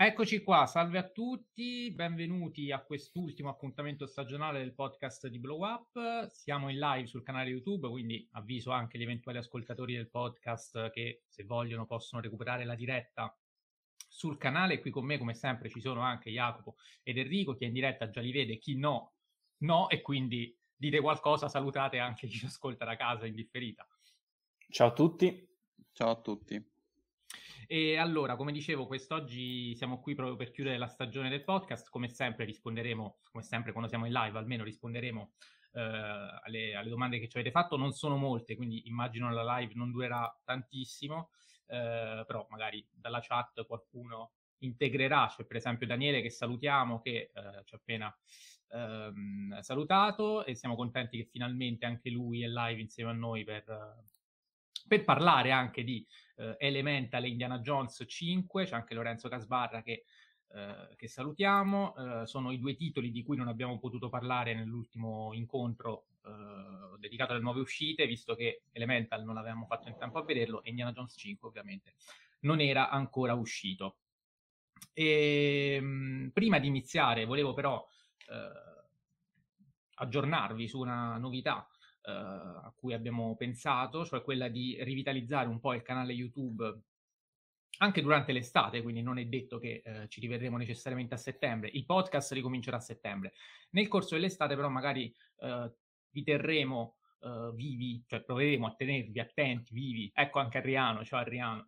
Eccoci qua, salve a tutti, benvenuti a quest'ultimo appuntamento stagionale del podcast di Blow Up. Siamo in live sul canale YouTube, quindi avviso anche gli eventuali ascoltatori del podcast che se vogliono possono recuperare la diretta sul canale. Qui con me come sempre ci sono anche Jacopo ed Enrico, chi è in diretta già li vede, chi no, no, e quindi dite qualcosa, salutate anche chi ci ascolta da casa in differita. Ciao a tutti. Ciao a tutti. E allora, come dicevo, quest'oggi siamo qui proprio per chiudere la stagione del podcast. Come sempre risponderemo, come sempre quando siamo in live almeno risponderemo alle domande che ci avete fatto. Non sono molte, quindi immagino la live non durerà tantissimo, però magari dalla chat qualcuno integrerà. C'è per esempio Daniele che salutiamo, che ci ha appena salutato, e siamo contenti che finalmente anche lui è live insieme a noi per parlare anche di Elemental e Indiana Jones 5. C'è anche Lorenzo Casbarra che salutiamo. Sono i due titoli di cui non abbiamo potuto parlare nell'ultimo incontro dedicato alle nuove uscite, visto che Elemental non avevamo fatto in tempo a vederlo e Indiana Jones 5 ovviamente non era ancora uscito. Prima di iniziare volevo però aggiornarvi su una novità a cui abbiamo pensato, cioè quella di rivitalizzare un po' il canale YouTube anche durante l'estate, quindi non è detto che ci rivedremo necessariamente a settembre. Il podcast ricomincerà a settembre. Nel corso dell'estate però magari vi terremo vivi, cioè proveremo a tenervi attenti, vivi. Ecco anche Arriano, ciao Arriano,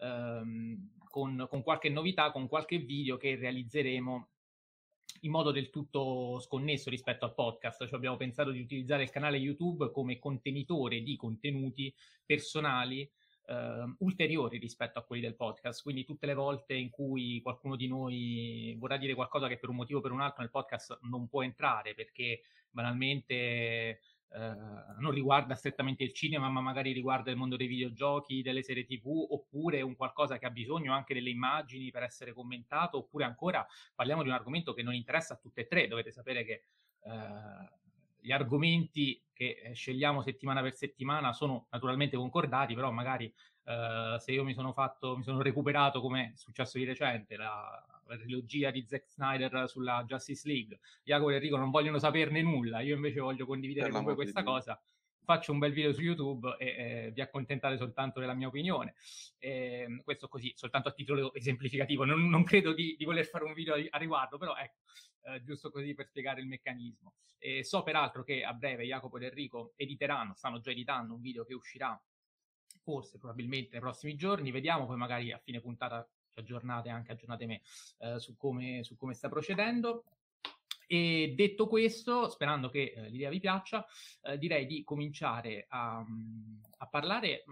con qualche novità, con qualche video che realizzeremo in modo del tutto sconnesso rispetto al podcast. Cioè abbiamo pensato di utilizzare il canale YouTube come contenitore di contenuti personali ulteriori rispetto a quelli del podcast. Quindi tutte le volte in cui qualcuno di noi vorrà dire qualcosa che per un motivo o per un altro nel podcast non può entrare perché banalmente non riguarda strettamente il cinema, ma magari riguarda il mondo dei videogiochi, delle serie TV, oppure un qualcosa che ha bisogno anche delle immagini per essere commentato, oppure ancora parliamo di un argomento che non interessa a tutte e tre. Dovete sapere che gli argomenti che scegliamo settimana per settimana sono naturalmente concordati, però magari se io mi sono recuperato, come è successo di recente, la trilogia di Zack Snyder sulla Justice League, Jacopo e Enrico non vogliono saperne nulla, io invece voglio condividere con voi questa cosa, faccio un bel video su YouTube e vi accontentate soltanto della mia opinione. Questo così, soltanto a titolo esemplificativo, non credo di voler fare un video a riguardo, però ecco, giusto così per spiegare il meccanismo. So peraltro che a breve Jacopo ed Enrico editeranno, stanno già editando un video che uscirà forse probabilmente nei prossimi giorni, vediamo, poi magari a fine puntata ci aggiornate me su come sta procedendo. E detto questo, sperando che l'idea vi piaccia, direi di cominciare a parlare,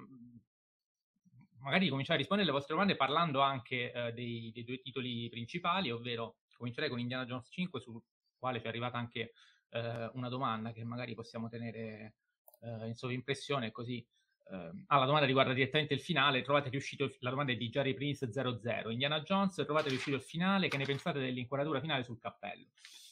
magari cominciare a rispondere alle vostre domande parlando anche dei due titoli principali, ovvero comincerei con Indiana Jones 5, sul quale ci è arrivata anche una domanda che magari possiamo tenere in sovrimpressione, così. La domanda riguarda direttamente il finale. Trovate riuscito la domanda è di Jerry Prince 00. Indiana Jones, trovate riuscito il finale, che ne pensate dell'inquadratura finale sul cappello?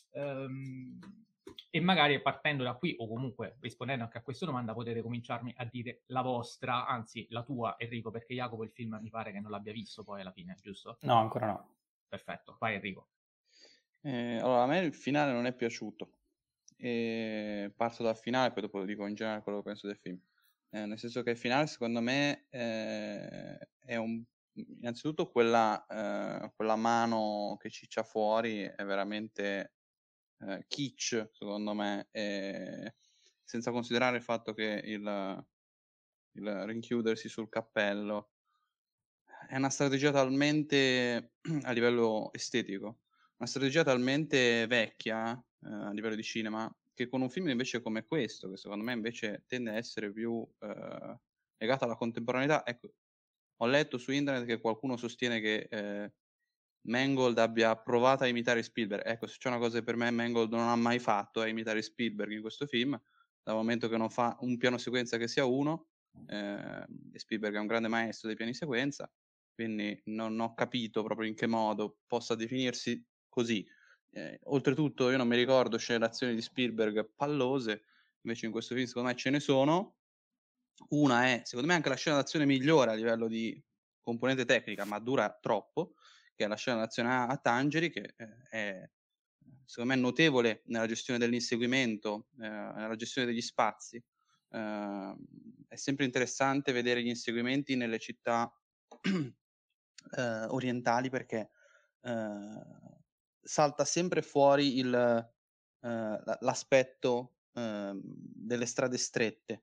E magari partendo da qui, o comunque rispondendo anche a questa domanda, potete cominciarmi a dire la vostra, anzi la tua, Enrico, perché Jacopo il film mi pare che non l'abbia visto poi alla fine, giusto? No, ancora no. Perfetto, vai Enrico. Allora, a me il finale non è piaciuto. Parto dal finale, poi dopo dico in generale quello che penso del film. Nel senso che il finale, secondo me, è innanzitutto quella mano che ciccia fuori è veramente kitsch, secondo me, senza considerare il fatto che il rinchiudersi sul cappello è una strategia talmente a livello estetico, una strategia talmente vecchia a livello di cinema, che con un film invece come questo, che secondo me invece tende a essere più legato alla contemporaneità. Ecco, ho letto su internet che qualcuno sostiene che Mangold abbia provato a imitare Spielberg. Ecco, se c'è una cosa che per me Mangold non ha mai fatto è imitare Spielberg in questo film, dal momento che non fa un piano sequenza che sia uno, e Spielberg è un grande maestro dei piani sequenza, quindi non ho capito proprio in che modo possa definirsi così. Oltretutto io non mi ricordo scene d'azione di Spielberg pallose, invece in questo film secondo me ce ne sono. Una è, secondo me, anche la scena d'azione migliore a livello di componente tecnica, ma dura troppo, che è la scena d'azione a Tangeri, che è secondo me notevole nella gestione dell'inseguimento, nella gestione degli spazi. È sempre interessante vedere gli inseguimenti nelle città orientali, perché salta sempre fuori l'aspetto delle strade strette,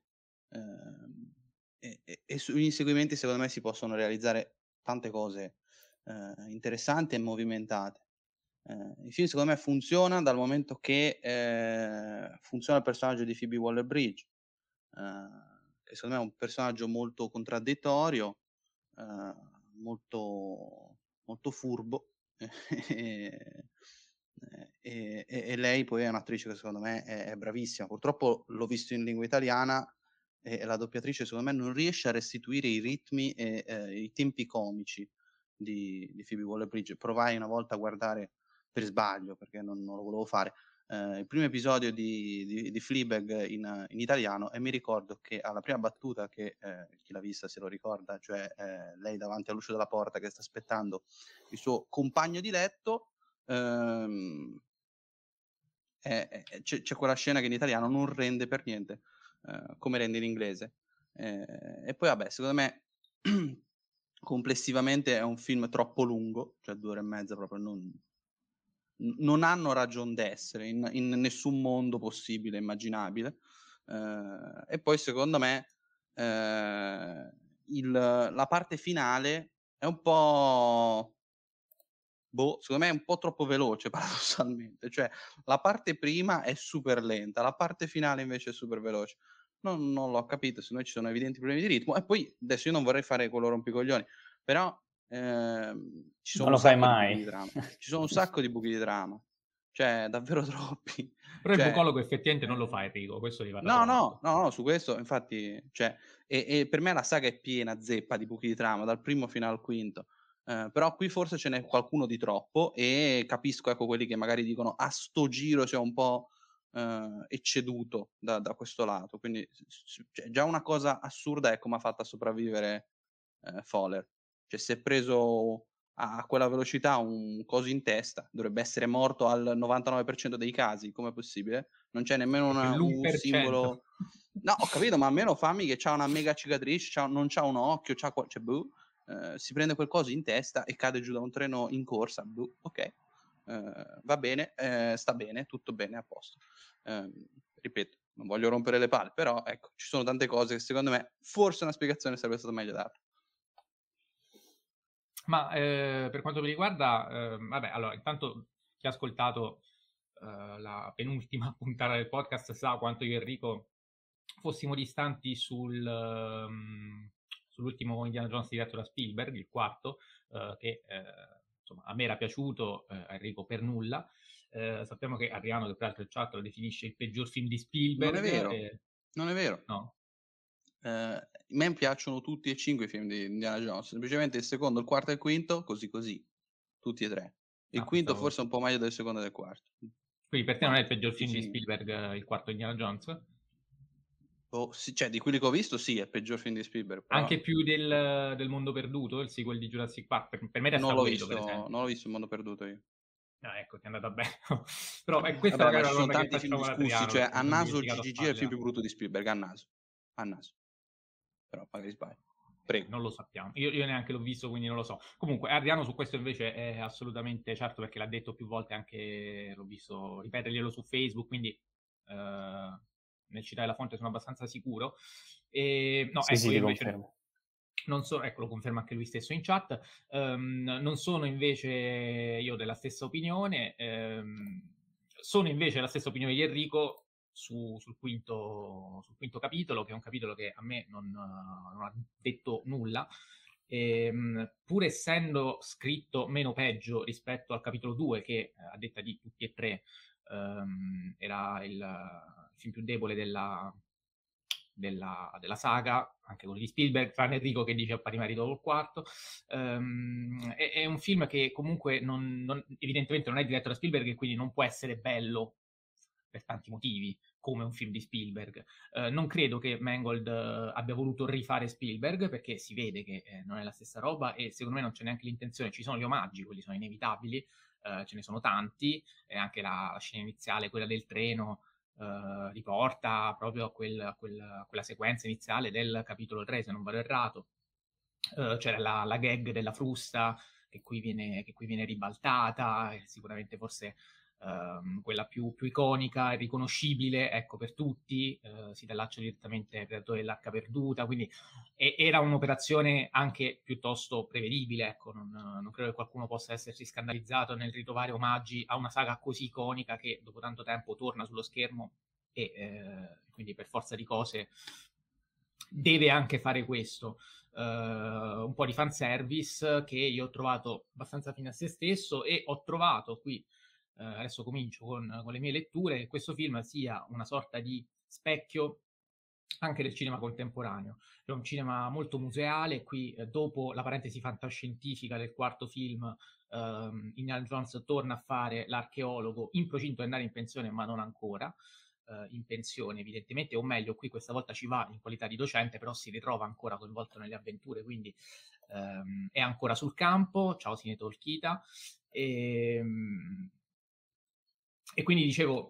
e sugli inseguimenti secondo me si possono realizzare tante cose interessanti e movimentate. Il film secondo me funziona dal momento che funziona il personaggio di Phoebe Waller-Bridge, che secondo me è un personaggio molto contraddittorio, molto molto furbo, e lei poi è un'attrice che secondo me è bravissima. Purtroppo l'ho visto in lingua italiana e la doppiatrice secondo me non riesce a restituire i ritmi e i tempi comici di Phoebe Waller-Bridge. Provai una volta a guardare per sbaglio, perché non lo volevo fare, il primo episodio di Fleabag in italiano, e mi ricordo che alla prima battuta che chi l'ha vista se lo ricorda, cioè lei davanti all'uscio della porta che sta aspettando il suo compagno di letto, c'è quella scena che in italiano non rende per niente come rende in inglese. E poi vabbè, secondo me complessivamente è un film troppo lungo, cioè 2 ore e mezza proprio non hanno ragion d'essere in nessun mondo possibile e immaginabile. E poi secondo me la parte finale è un po', secondo me è un po' troppo veloce paradossalmente. Cioè la parte prima è super lenta, la parte finale invece è super veloce. Non l'ho capito, secondo me ci sono evidenti problemi di ritmo. E poi adesso io non vorrei fare quello rompicoglioni, però ci sono Non un lo fai sacco di buchi mai. di trama. Ci sono un sacco di buchi di trama, cioè davvero troppi. Però il Cioè, bucologo effettivamente non lo fa Enrico, questo gli va dato no, no, atto. no, no, su questo infatti, cioè, e per me la saga è piena zeppa di buchi di trama, dal primo fino al quinto. Però qui forse ce n'è qualcuno di troppo, e capisco, ecco, quelli che magari dicono: "A sto giro si è un po' ecceduto da questo lato". Quindi cioè già una cosa assurda è come ha fatto a sopravvivere Fowler. Cioè si è preso a quella velocità un coso in testa, dovrebbe essere morto al 99% dei casi, com'è possibile? Non c'è nemmeno un Quell'1%. simbolo. No, ho capito, ma almeno fammi che c'ha una mega cicatrice, non c'ha un occhio, cioè boh, si prende quel coso in testa e cade giù da un treno in corsa, boh, okay. Va bene, sta bene, tutto bene, a posto. Ripeto, non voglio rompere le palle, però ecco, ci sono tante cose che secondo me forse una spiegazione sarebbe stato meglio darla. Ma per quanto mi riguarda, vabbè, allora, intanto chi ha ascoltato la penultima puntata del podcast sa quanto io e Enrico fossimo distanti sull'ultimo Indiana Jones diretto da Spielberg, il quarto, che insomma a me era piaciuto, a Enrico per nulla. Sappiamo che Adriano, che peraltro il chat lo definisce il peggior film di Non è Spielberg, vero, non è vero. no? A me piacciono tutti e 5 i film di Indiana Jones, semplicemente il secondo, il quarto e il quinto così così, tutti e 3. Il Ah, quinto forse è un po' meglio del secondo e del quarto. quindi per te non è Ma il peggior film di sì. Spielberg, il quarto Indiana Jones? Sì, cioè di quelli che ho visto sì, è il peggior film di Spielberg, però Anche più del Mondo Perduto, il sequel di Jurassic Park? Per me non resta l'ho quello, per visto, esempio. non l'ho visto Il mondo perduto io. Ah, ecco, ti è andata bene. Però questa Vabbè, ma magari è ci una sono cosa che tanti film facciamo ad discussi, Adriano, cioè perché a mi sono naso dimenticato a GGG è il film fargliela. più brutto di Spielberg, a naso. A naso. Però magari sbaglio. Prego. Non lo sappiamo. Io neanche l'ho visto, quindi non lo so. Comunque, Adriano su questo invece è assolutamente certo, perché l'ha detto più volte, anche l'ho visto ripeterglielo su Facebook, quindi nel citare la fonte sono abbastanza sicuro. E, no, Sì, ecco, sì, io ti invece confermo. non so, ecco, lo conferma anche lui stesso in chat. Non sono invece io della stessa opinione. Sono invece della stessa opinione di Enrico sul quinto capitolo, che è un capitolo che a me non ha detto nulla. Pur essendo scritto meno peggio rispetto al capitolo 2, che a detta di tutti e tre era il film più debole della saga, anche quello di Spielberg, tranne Enrico che dice a pari merito col quarto. È un film che comunque evidentemente non è diretto da Spielberg, e quindi non può essere bello per tanti motivi, come un film di Spielberg. Non credo che Mangold abbia voluto rifare Spielberg, perché si vede che non è la stessa roba, e secondo me non c'è neanche l'intenzione. Ci sono gli omaggi, quelli sono inevitabili, ce ne sono tanti, e anche la scena iniziale, quella del treno, riporta proprio a quella sequenza iniziale del capitolo 3, se non vado errato. C'era la gag della frusta che qui viene ribaltata, sicuramente forse quella più iconica e riconoscibile, ecco, per tutti, si dallaccia direttamente al Predatore dell'Arca Perduta, quindi era un'operazione anche piuttosto prevedibile, ecco, non credo che qualcuno possa essersi scandalizzato nel ritrovare omaggi a una saga così iconica che dopo tanto tempo torna sullo schermo e quindi per forza di cose deve anche fare questo. Un po' di fanservice che io ho trovato abbastanza fine a se stesso, e ho trovato qui, adesso comincio con le mie letture, che questo film sia una sorta di specchio anche del cinema contemporaneo. È un cinema molto museale. Qui, dopo la parentesi fantascientifica del quarto film, Indiana Jones torna a fare l'archeologo in procinto di andare in pensione, ma non ancora in pensione, evidentemente, o meglio, qui questa volta ci va in qualità di docente, però si ritrova ancora coinvolto nelle avventure, quindi è ancora sul campo. Ciao Sineto Olchita. E quindi dicevo,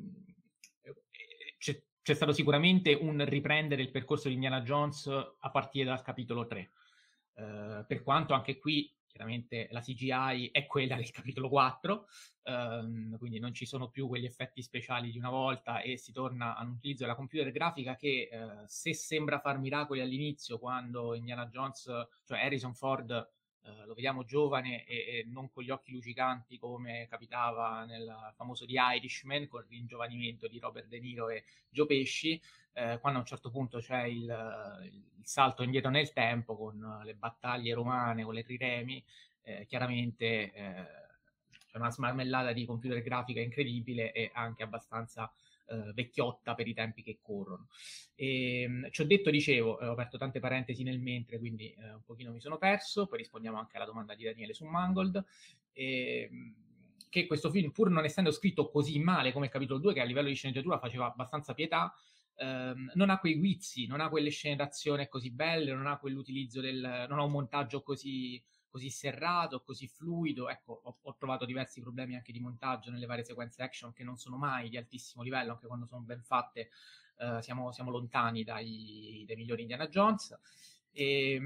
c'è stato sicuramente un riprendere il percorso di Indiana Jones a partire dal capitolo 3, per quanto anche qui chiaramente la CGI è quella del capitolo 4, quindi non ci sono più quegli effetti speciali di una volta, e si torna a un utilizzo della computer grafica che, se sembra far miracoli all'inizio, quando Indiana Jones, cioè Harrison Ford, lo vediamo giovane e non con gli occhi luccicanti come capitava nel famoso The Irishman, con il ringiovanimento di Robert De Niro e Joe Pesci, quando a un certo punto c'è il salto indietro nel tempo con le battaglie romane, con le triremi, chiaramente c'è una smarmellata di computer grafica incredibile e anche abbastanza vecchiotta per i tempi che corrono. Ci ho detto, dicevo, ho aperto tante parentesi nel mentre, quindi un pochino mi sono perso, poi rispondiamo anche alla domanda di Daniele su Mangold, che questo film, pur non essendo scritto così male come il capitolo 2, che a livello di sceneggiatura faceva abbastanza pietà, non ha quei guizzi, non ha quelle scene d'azione così belle, non ha quell'utilizzo non ha un montaggio così serrato, così fluido. Ecco, ho trovato diversi problemi anche di montaggio nelle varie sequenze action, che non sono mai di altissimo livello, anche quando sono ben fatte. Siamo lontani dai migliori Indiana Jones, e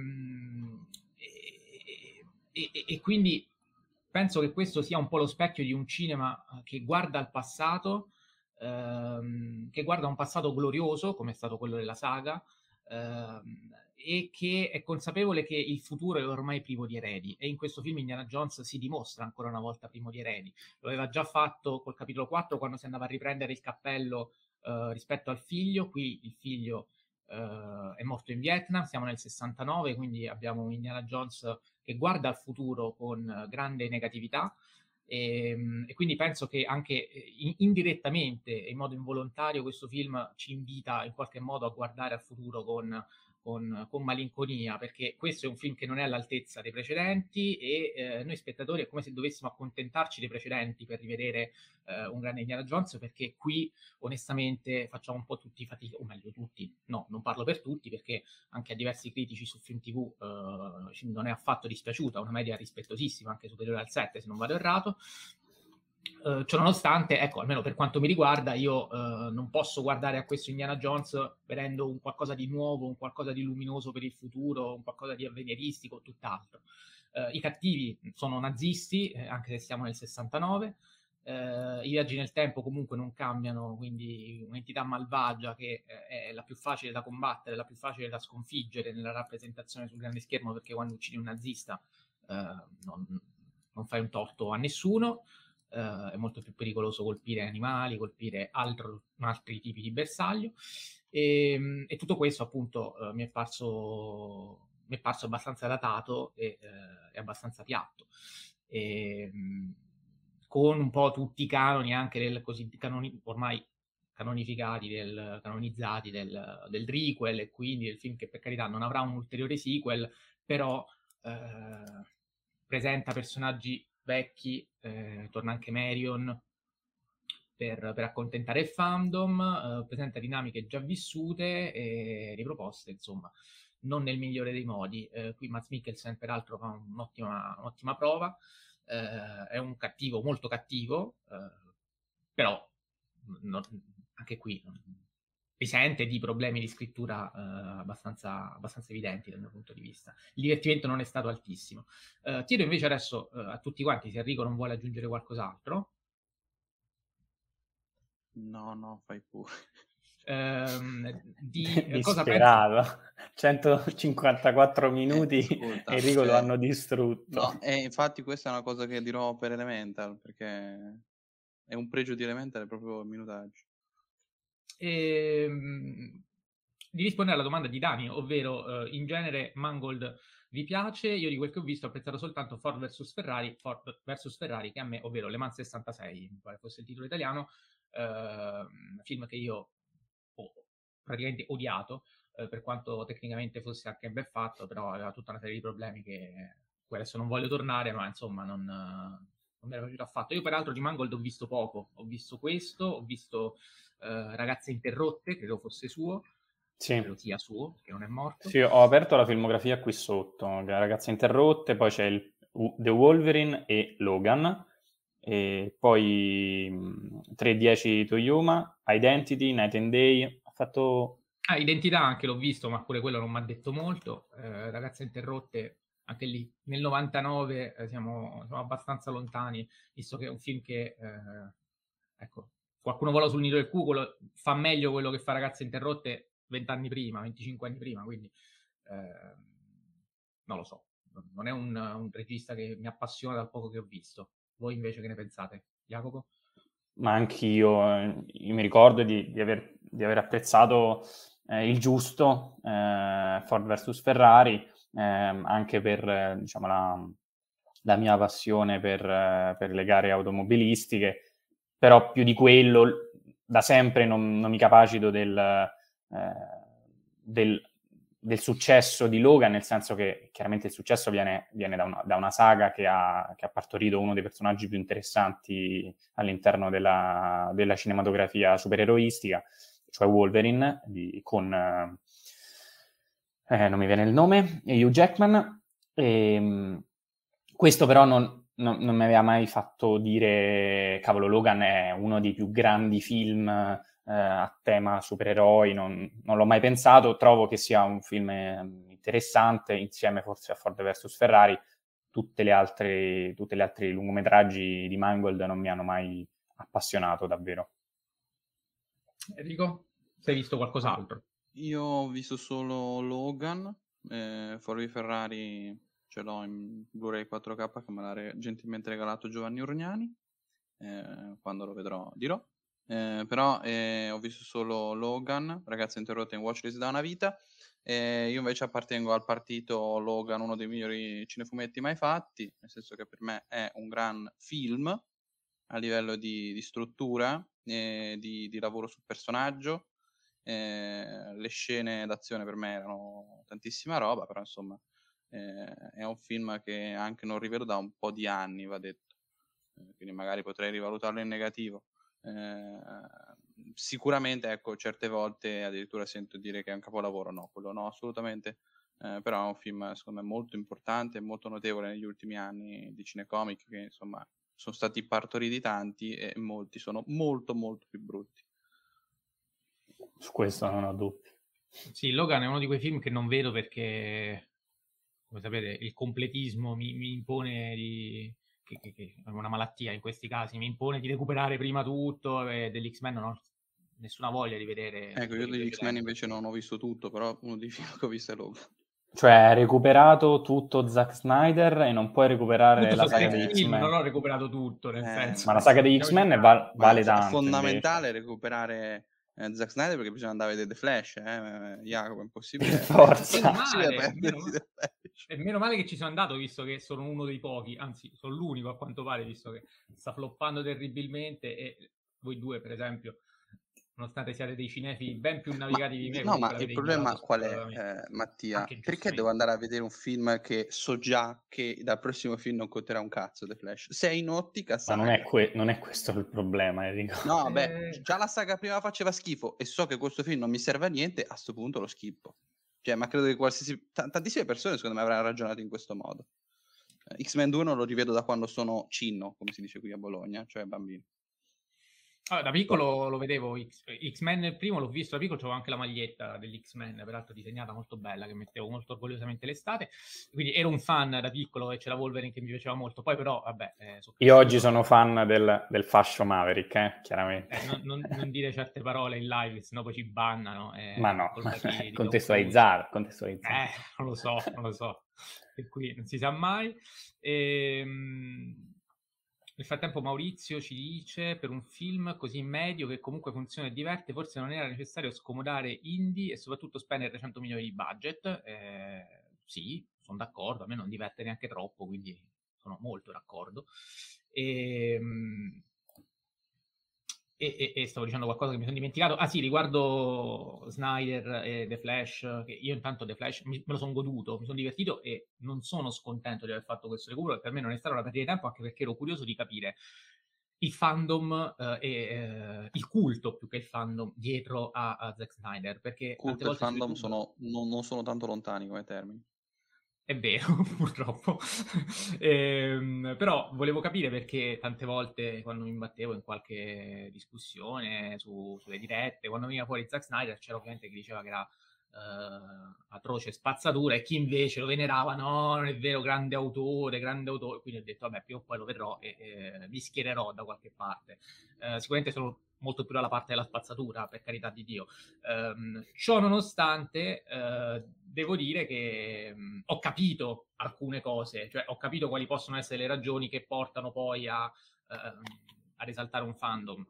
quindi penso che questo sia un po' lo specchio di un cinema che guarda al passato, che guarda un passato glorioso come è stato quello della saga, e che è consapevole che il futuro è ormai privo di eredi, e in questo film Indiana Jones si dimostra ancora una volta privo di eredi. Lo aveva già fatto col capitolo 4, quando si andava a riprendere il cappello rispetto al figlio. Qui il figlio è morto in Vietnam, siamo nel 69, quindi abbiamo un Indiana Jones che guarda al futuro con grande negatività, e quindi penso che anche indirettamente e in modo involontario questo film ci invita in qualche modo a guardare al futuro con malinconia, perché questo è un film che non è all'altezza dei precedenti, e noi spettatori è come se dovessimo accontentarci dei precedenti per rivedere un grande Indiana Jones, perché qui onestamente facciamo un po' tutti fatica, o meglio tutti, no, non parlo per tutti, perché anche a diversi critici su Film TV non è affatto dispiaciuta, una media rispettosissima, anche superiore al 7 se non vado errato. Ciononostante, ecco, almeno per quanto mi riguarda, io non posso guardare a questo Indiana Jones vedendo un qualcosa di nuovo, un qualcosa di luminoso per il futuro, un qualcosa di avveniristico, tutt'altro. I cattivi sono nazisti, anche se siamo nel 69. I viaggi nel tempo comunque non cambiano, quindi un'entità malvagia che è la più facile da combattere, la più facile da sconfiggere nella rappresentazione sul grande schermo, perché quando uccidi un nazista non fai un torto a nessuno. È molto più pericoloso colpire animali, colpire altri tipi di bersaglio, e tutto questo appunto mi è parso abbastanza datato e abbastanza piatto, con un po' tutti i canoni anche ormai canonificati, canonizzati del requel, e quindi del film che per carità non avrà un ulteriore sequel, però presenta personaggi vecchi, torna anche Marion, per accontentare il fandom, presenta dinamiche già vissute e riproposte, insomma, non nel migliore dei modi. Qui Mads Mikkelsen, peraltro, fa un'ottima prova. È un cattivo, molto cattivo, però anche qui risente di problemi di scrittura abbastanza evidenti dal mio punto di vista. Il divertimento non è stato altissimo. Chiedo invece adesso a tutti quanti se Enrico non vuole aggiungere qualcos'altro. No, fai pure. Cosa Disperato. 154 minuti Enrico lo hanno distrutto. No, infatti questa è una cosa che dirò per Elemental, perché è un pregio di Elemental proprio il minutaggio. Di rispondere alla domanda di Dani, ovvero in genere Mangold vi piace? Io di quel che ho visto ho apprezzato soltanto Ford vs Ferrari, che a me, ovvero Le Mans 66, quale fosse il titolo italiano, film che io ho praticamente odiato, per quanto tecnicamente fosse anche ben fatto, però aveva tutta una serie di problemi che adesso non voglio tornare, ma insomma non mi era piaciuto affatto. Io peraltro di Mangold ho visto poco, ho visto questo, ho visto Ragazze interrotte, credo fosse suo, sì. credo sia suo, che non è morto. Sì, ho aperto la filmografia qui sotto, Ragazze interrotte, poi c'è The Wolverine e Logan, e poi 3:10 to Yuma, Identity, Night and Day, ha fatto... Identità anche l'ho visto, ma pure quello non mi ha detto molto. Ragazze interrotte, anche lì, nel 99 siamo abbastanza lontani, visto che è un film che, ecco, qualcuno vola sul nido del cucolo, fa meglio quello che fa Ragazze interrotte 20 anni prima, 25 anni prima, quindi non lo so. Non è un regista che mi appassiona dal poco che ho visto. Voi invece che ne pensate? Jacopo? Ma anch'io, io mi ricordo di aver apprezzato il giusto, Ford vs Ferrari, anche per diciamo la mia passione per le gare automobilistiche, però più di quello da sempre non mi capacito del successo di Logan, nel senso che chiaramente il successo viene da una saga che ha partorito uno dei personaggi più interessanti all'interno della cinematografia supereroistica, cioè Wolverine, con non mi viene il nome, Hugh Jackman. Questo però non mi aveva mai fatto dire cavolo, Logan è uno dei più grandi film a tema supereroi, non l'ho mai pensato. Trovo che sia un film interessante, insieme forse a Ford vs Ferrari. Tutte le altre lungometraggi di Mangold non mi hanno mai appassionato davvero. Enrico, se hai visto qualcos'altro? Io ho visto solo Logan, Ford v Ferrari ce l'ho in Blu-ray 4K che me l'ha gentilmente regalato Giovanni Urgnani, quando lo vedrò dirò. Però ho visto solo Logan, Ragazze interrotte in watchlist da una vita. Io invece appartengo al partito Logan, uno dei migliori cinefumetti mai fatti, nel senso che per me è un gran film a livello di struttura, di lavoro sul personaggio. Le scene d'azione per me erano tantissima roba, però insomma è un film che anche non rivedo da un po' di anni, va detto, quindi magari potrei rivalutarlo in negativo. Sicuramente, ecco, certe volte addirittura sento dire che è un capolavoro. No, quello no, assolutamente, però è un film secondo me molto importante e molto notevole negli ultimi anni di cinecomic, che insomma sono stati partoriti tanti e molti sono molto molto più brutti. Su questo non ho dubbi. Sì, Logan è uno di quei film che non vedo perché, come sapete, il completismo mi impone che è una malattia in questi casi, mi impone di recuperare prima tutto, e dell'X-Men non ho nessuna voglia di vedere. Ecco, io degli X-Men invece non ho visto tutto, però uno dei film che ho visto è Logan. Cioè, hai recuperato tutto Zack Snyder e non puoi recuperare tutto la saga degli X-Men. Non ho recuperato tutto, nel senso. Ma la saga degli X-Men vale tanto. È fondamentale recuperare Zack Snyder, perché bisogna andare a vedere The Flash, Jacopo, è impossibile. Per forza. Meno male che ci sono andato, visto che sono uno dei pochi, anzi sono l'unico a quanto pare, visto che sta floppando terribilmente, e voi due per esempio nonostante siate dei cinefili ben più navigati di me, No, comunque ma il l'avete problema ignorato qual è, spudoratamente. Mattia? Anche Perché giustamente. devo andare a vedere un film che so già che dal prossimo film non conterà un cazzo The Flash? Se è in ottica, Ma non saga. non è questo il problema, Enrico. No, beh, già la saga prima faceva schifo e so che questo film non mi serve a niente, a sto punto lo schippo. Cioè, ma credo che tantissime persone secondo me avranno ragionato in questo modo. X-Men 2 non lo rivedo da quando sono cinno, come si dice qui a Bologna, cioè bambino. Da piccolo lo vedevo, X-Men il primo l'ho visto da piccolo, c'avevo anche la maglietta degli X-Men, peraltro disegnata molto bella, che mettevo molto orgogliosamente l'estate, quindi ero un fan da piccolo e c'era Wolverine che mi piaceva molto, poi però vabbè... Io oggi sono fan del fascio Maverick, chiaramente. Non dire certe parole in live, sennò poi ci bannano. Ma no, di contestualizzare. Non lo so, e qui non si sa mai. Nel frattempo Maurizio ci dice, per un film così medio che comunque funziona e diverte, forse non era necessario scomodare indie e soprattutto spendere 300 milioni di budget. Sì, sono d'accordo, a me non diverte neanche troppo, quindi sono molto d'accordo. E stavo dicendo qualcosa che mi sono dimenticato. Ah sì, riguardo Snyder e The Flash, che io intanto The Flash me lo sono goduto, mi sono divertito e non sono scontento di aver fatto questo recupero, e per me non è stata una perdita di tempo, anche perché ero curioso di capire il fandom e il culto, più che il fandom, dietro a Zack Snyder, perché Culto e fandom non sono tanto lontani come termini. È vero, purtroppo. Però volevo capire perché tante volte quando mi imbattevo in qualche discussione sulle dirette, quando veniva fuori Zack Snyder, c'era ovviamente chi diceva che era atroce spazzatura e chi invece lo venerava, no, non è vero, grande autore, quindi ho detto, vabbè, prima o poi lo vedrò e mi schiererò da qualche parte. Sicuramente sono molto più dalla parte della spazzatura, per carità di Dio. Ciò nonostante, devo dire che ho capito alcune cose, cioè ho capito quali possono essere le ragioni che portano poi a risaltare un fandom.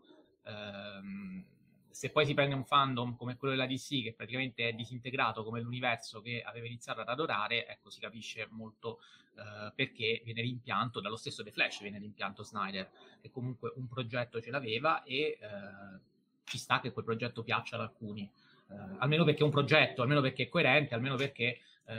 Se poi si prende un fandom come quello della DC, che praticamente è disintegrato come l'universo che aveva iniziato ad adorare, ecco, si capisce molto perché viene rimpianto, dallo stesso The Flash viene rimpianto Snyder, che comunque un progetto ce l'aveva e ci sta che quel progetto piaccia ad alcuni, almeno perché è un progetto, almeno perché è coerente, almeno perché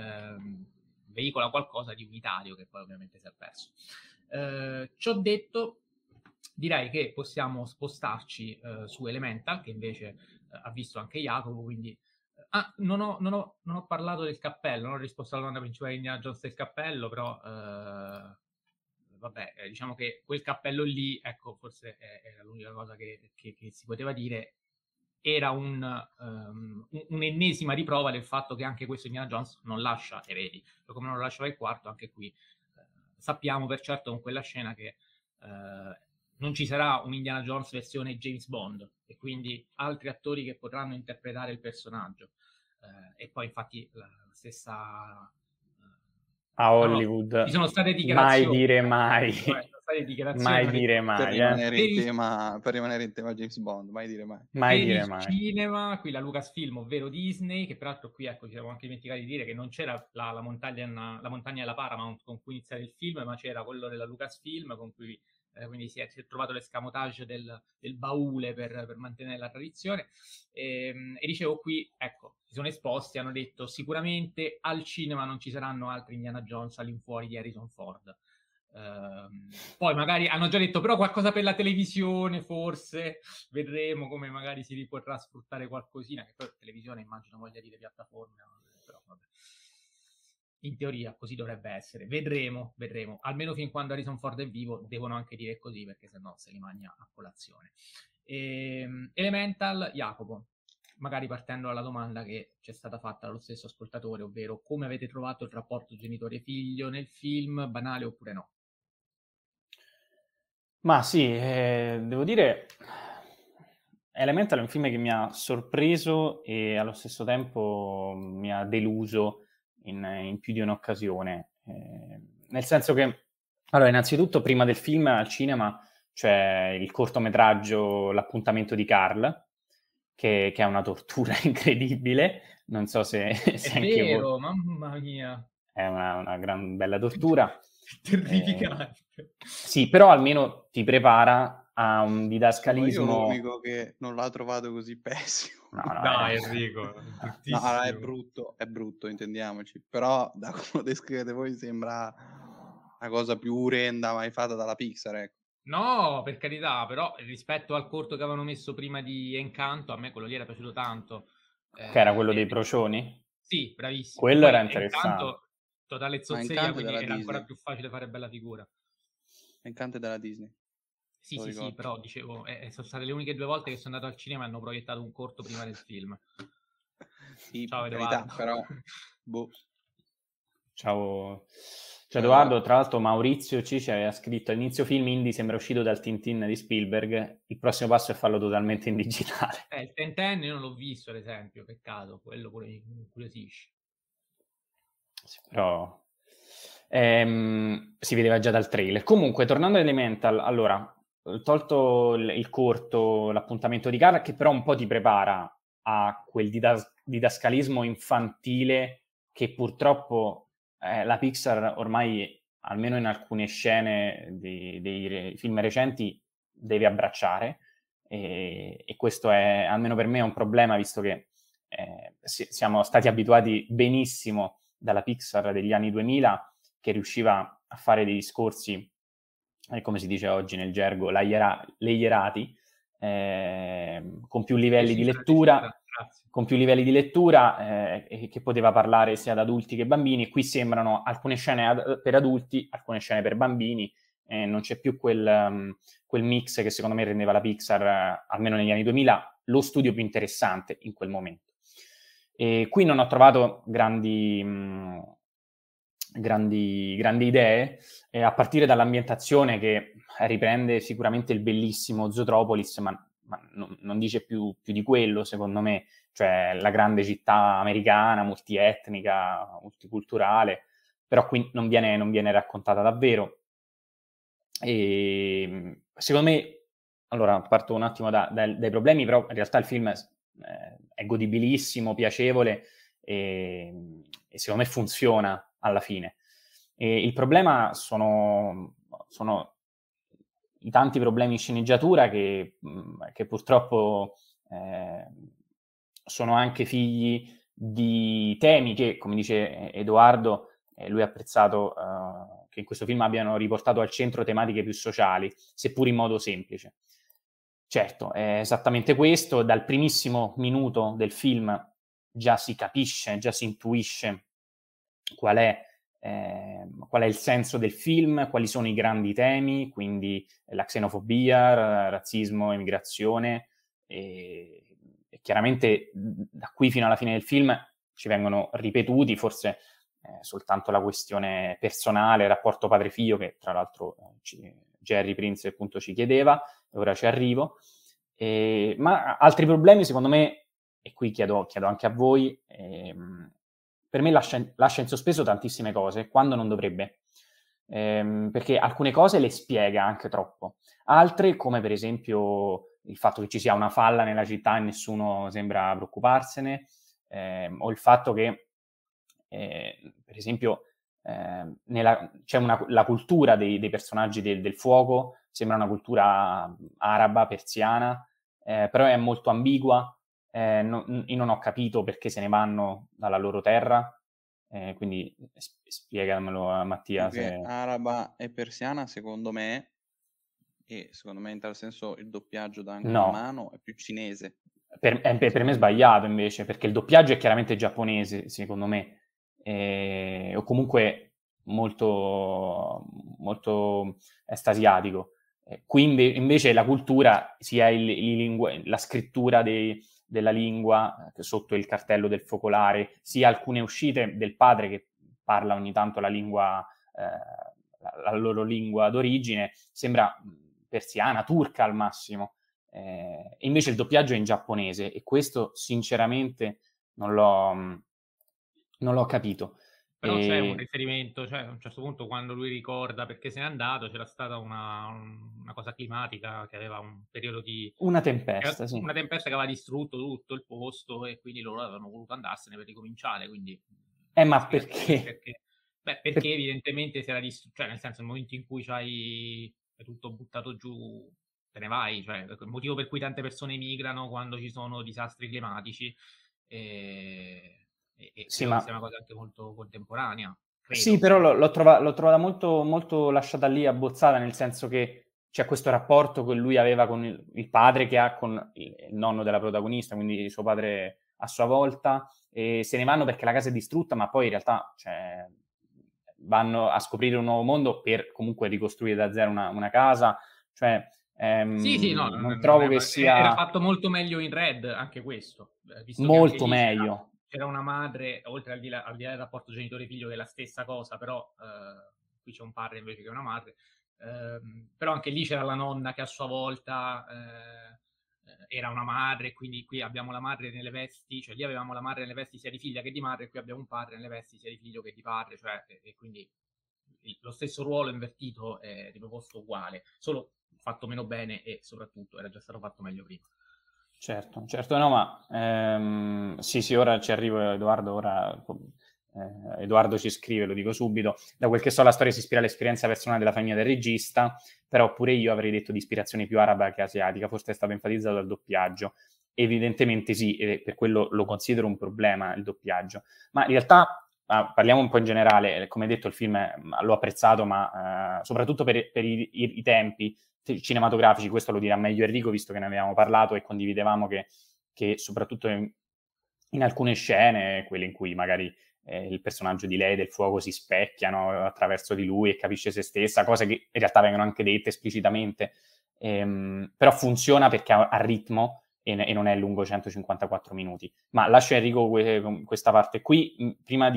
veicola qualcosa di unitario che poi ovviamente si è perso. Ciò detto, direi che possiamo spostarci su Elemental, che invece ha visto anche Jacopo, quindi... non ho parlato del cappello, non ho risposto alla domanda principale di Indiana Jones del cappello, però vabbè, diciamo che quel cappello lì, ecco, forse era l'unica cosa che si poteva dire, era un'ennesima riprova del fatto che anche questo Indiana Jones non lascia eredi, come non lo lasciava il quarto, anche qui sappiamo per certo con quella scena che non ci sarà un Indiana Jones versione James Bond e quindi altri attori che potranno interpretare il personaggio. E poi infatti la stessa a Hollywood ci sono state dichiarazioni, mai dire mai, mai dire mai, per rimanere in tema James Bond, mai dire mai, mai per dire il mai. cinema, qui la Lucasfilm, ovvero Disney, che peraltro qui ecco ci siamo anche dimenticati di dire che non c'era la montagna della Paramount con cui iniziare il film, ma c'era quello della Lucasfilm con cui quindi si è trovato l'escamotage del baule per mantenere la tradizione. E dicevo qui, ecco, si sono esposti, hanno detto sicuramente al cinema non ci saranno altri Indiana Jones all'infuori di Harrison Ford. Poi magari hanno già detto però qualcosa per la televisione, forse vedremo come magari si potrà sfruttare qualcosina, che poi televisione immagino voglia dire piattaforme, però vabbè. In teoria così dovrebbe essere, vedremo, almeno fin quando Harrison Ford è vivo devono anche dire così, perché sennò se li mangia a colazione. Elemental, Jacopo, magari partendo dalla domanda che ci è stata fatta dallo stesso ascoltatore, ovvero come avete trovato il rapporto genitore-figlio nel film, banale oppure no? Ma sì, devo dire, Elemental è un film che mi ha sorpreso e allo stesso tempo mi ha deluso in più di un'occasione. Nel senso che, allora, innanzitutto, prima del film al cinema c'è il cortometraggio L'appuntamento di Carl, che è una tortura incredibile. Non so se è anche vero, voi... mamma mia. È una gran bella tortura. Terrificante. Sì, però almeno ti prepara ha un Sono io didascalismo... l'unico che non l'ha trovato così pessimo. No, Dai, Enrico, No, allora bruttissimo. è brutto, intendiamoci. Però da come lo descrivete voi sembra la cosa più orrenda mai fatta dalla Pixar, ecco. No, per carità, però rispetto al corto che avevano messo prima di Encanto, a me quello lì era piaciuto tanto. Che era quello dei E- procioni? Sì, bravissimo. Che Quello era poi interessante. Encanto, totale Ma zozzeria, Encanto è quindi della era ancora Disney. più facile fare bella figura. Encanto è della Disney. Sì, Lo sì, sì, ricordo. però dicevo, sono state le uniche 2 volte che sono andato al cinema e hanno proiettato un corto prima del film. Sì, Ciao per carità, Edoardo. però boh. Ciao, ciao Vabbè. Edoardo, tra l'altro Maurizio ci aveva scritto all'inizio film indie sembra uscito dal Tintin di Spielberg, il prossimo passo è farlo totalmente in digitale. Il Ten io non l'ho visto, ad esempio, peccato, quello pure mi incuriosisce. Sì, però si vedeva già dal trailer. Comunque, tornando a Elemental, allora, tolto il corto, l'appuntamento di gara, che però un po' ti prepara a quel didascalismo infantile che purtroppo la Pixar ormai, almeno in alcune scene dei film recenti, deve abbracciare. E questo è, almeno per me, è un problema, visto che siamo stati abituati benissimo dalla Pixar degli anni 2000, che riusciva a fare dei discorsi, come si dice oggi nel gergo, layerati, con più livelli di lettura, e che poteva parlare sia ad adulti che bambini. Qui sembrano alcune scene per adulti, alcune scene per bambini, non c'è più quel mix che secondo me rendeva la Pixar, almeno negli anni 2000, lo studio più interessante in quel momento. E qui non ho trovato grandi idee, a partire dall'ambientazione che riprende sicuramente il bellissimo Zootropolis, ma non dice più di quello, secondo me, cioè la grande città americana, multietnica, multiculturale, però qui non viene raccontata davvero. E secondo me, allora parto un attimo dai problemi, però in realtà il film è godibilissimo, piacevole e secondo me funziona alla fine. E il problema sono i tanti problemi in sceneggiatura che purtroppo sono anche figli di temi che, come dice Edoardo, lui ha apprezzato che in questo film abbiano riportato al centro tematiche più sociali, seppur in modo semplice. Certo, è esattamente questo. Dal primissimo minuto del film già si capisce, già si intuisce qual è il senso del film, quali sono i grandi temi, quindi la xenofobia, razzismo, immigrazione, e chiaramente da qui fino alla fine del film ci vengono ripetuti, forse soltanto la questione personale, il rapporto padre-figlio, che tra l'altro Jerry Prince appunto ci chiedeva, e ora ci arrivo. Ma altri problemi, secondo me, e qui chiedo anche a voi, per me lascia in sospeso tantissime cose, quando non dovrebbe. Perché alcune cose le spiega anche troppo. Altre, come per esempio il fatto che ci sia una falla nella città e nessuno sembra preoccuparsene, o il fatto che, per esempio, c'è la cultura dei personaggi del fuoco, sembra una cultura araba, persiana, però è molto ambigua. Io non ho capito perché se ne vanno dalla loro terra, quindi spiegamelo Mattia. Perché araba e persiana, secondo me, e secondo me in tal senso il doppiaggio dà anche una mano, è più cinese. Per me è sbagliato invece, perché il doppiaggio è chiaramente giapponese, secondo me, o comunque molto, molto est-asiatico. Qui invece la cultura, sia la scrittura della lingua sotto il cartello del focolare, sia alcune uscite del padre che parla ogni tanto la lingua, la loro lingua d'origine, sembra persiana, turca al massimo. Invece il doppiaggio è in giapponese e questo sinceramente non l'ho capito. Però c'è un riferimento, cioè a un certo punto quando lui ricorda perché se n'è andato c'era stata una cosa climatica che aveva un periodo di... Una tempesta, sì. Una tempesta che aveva distrutto tutto il posto e quindi loro avevano voluto andarsene per ricominciare, quindi... Ma perché? Perché evidentemente si era distrutto, cioè nel senso nel momento in cui è tutto buttato giù te ne vai, cioè il motivo per cui tante persone emigrano quando ci sono disastri climatici, e Sì, credo che sia ma una cosa anche molto contemporanea, sì, credo. però l'ho trovata molto, molto lasciata lì, abbozzata, nel senso che c'è questo rapporto che lui aveva con il padre che ha con il nonno della protagonista, quindi suo padre a sua volta, e se ne vanno perché la casa è distrutta, ma poi in realtà cioè, vanno a scoprire un nuovo mondo per comunque ricostruire da zero una casa, cioè Sì, sì, no, non non trovo che era sia fatto molto meglio in Red anche questo, visto che anche molto lì meglio. c'era una madre, oltre al di là del rapporto genitore-figlio che è la stessa cosa, però qui c'è un padre invece che una madre, però anche lì c'era la nonna che a sua volta era una madre, quindi qui abbiamo la madre nelle vesti, cioè lì avevamo la madre nelle vesti sia di figlia che di madre, e qui abbiamo un padre nelle vesti sia di figlio che di padre, cioè, e quindi lo stesso ruolo invertito è riproposto uguale, solo fatto meno bene e soprattutto era già stato fatto meglio prima. Certo, certo, no, ma sì, ora ci arrivo, Edoardo, Edoardo ci scrive, lo dico subito, da quel che so la storia si ispira all'esperienza personale della famiglia del regista, però pure io avrei detto di ispirazione più araba che asiatica, forse è stato enfatizzato dal doppiaggio. Evidentemente sì, e per quello lo considero un problema il doppiaggio, ma in realtà parliamo un po' in generale, come detto il film l'ho apprezzato, ma soprattutto per i tempi cinematografici, questo lo dirà meglio Enrico, visto che ne avevamo parlato e condividevamo che soprattutto in alcune scene, quelle in cui magari il personaggio di lei del fuoco si specchiano attraverso di lui e capisce se stessa, cose che in realtà vengono anche dette esplicitamente, però funziona perché ha ritmo e non è lungo 154 minuti. Ma lascio Enrico questa parte qui. Prima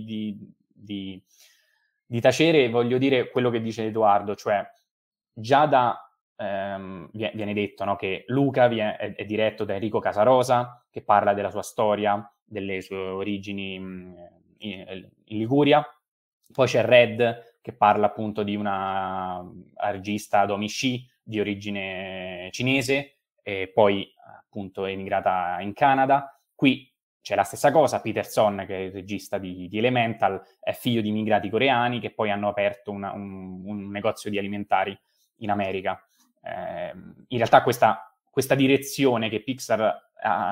di tacere voglio dire quello che dice Edoardo, cioè già viene detto, no, che Luca è diretto da Enrico Casarosa, che parla della sua storia, delle sue origini in Liguria. Poi c'è Red, che parla appunto di una regista Domi Shi, di origine cinese, e poi appunto è emigrata in Canada. Qui c'è la stessa cosa, Peterson, che è il regista di Elemental, è figlio di immigrati coreani che poi hanno aperto un negozio di alimentari in America. In realtà questa direzione che Pixar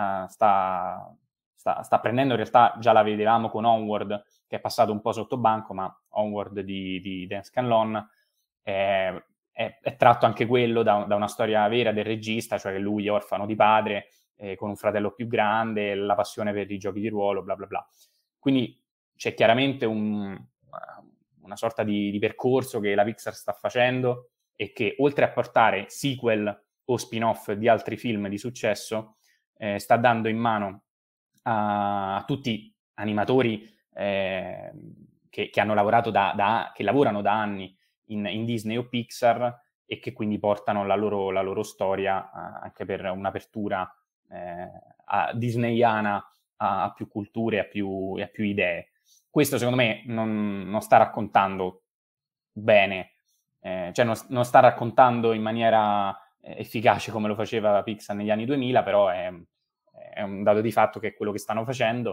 sta prendendo, in realtà già la vedevamo con Onward, che è passato un po' sotto banco, ma Onward di Dance Scanlon è tratto anche quello da una storia vera del regista, cioè che lui è orfano di padre, con un fratello più grande, la passione per i giochi di ruolo, bla bla bla. Quindi c'è chiaramente una sorta di percorso che la Pixar sta facendo e che oltre a portare sequel o spin-off di altri film di successo, sta dando in mano a tutti animatori che hanno lavorato che lavorano da anni in Disney o Pixar e che quindi portano la loro storia anche per un'apertura disneyana a più culture e a più idee. Questo secondo me non sta raccontando bene, cioè non sta raccontando in maniera efficace come lo faceva Pixar negli anni 2000, però è un dato di fatto che è quello che stanno facendo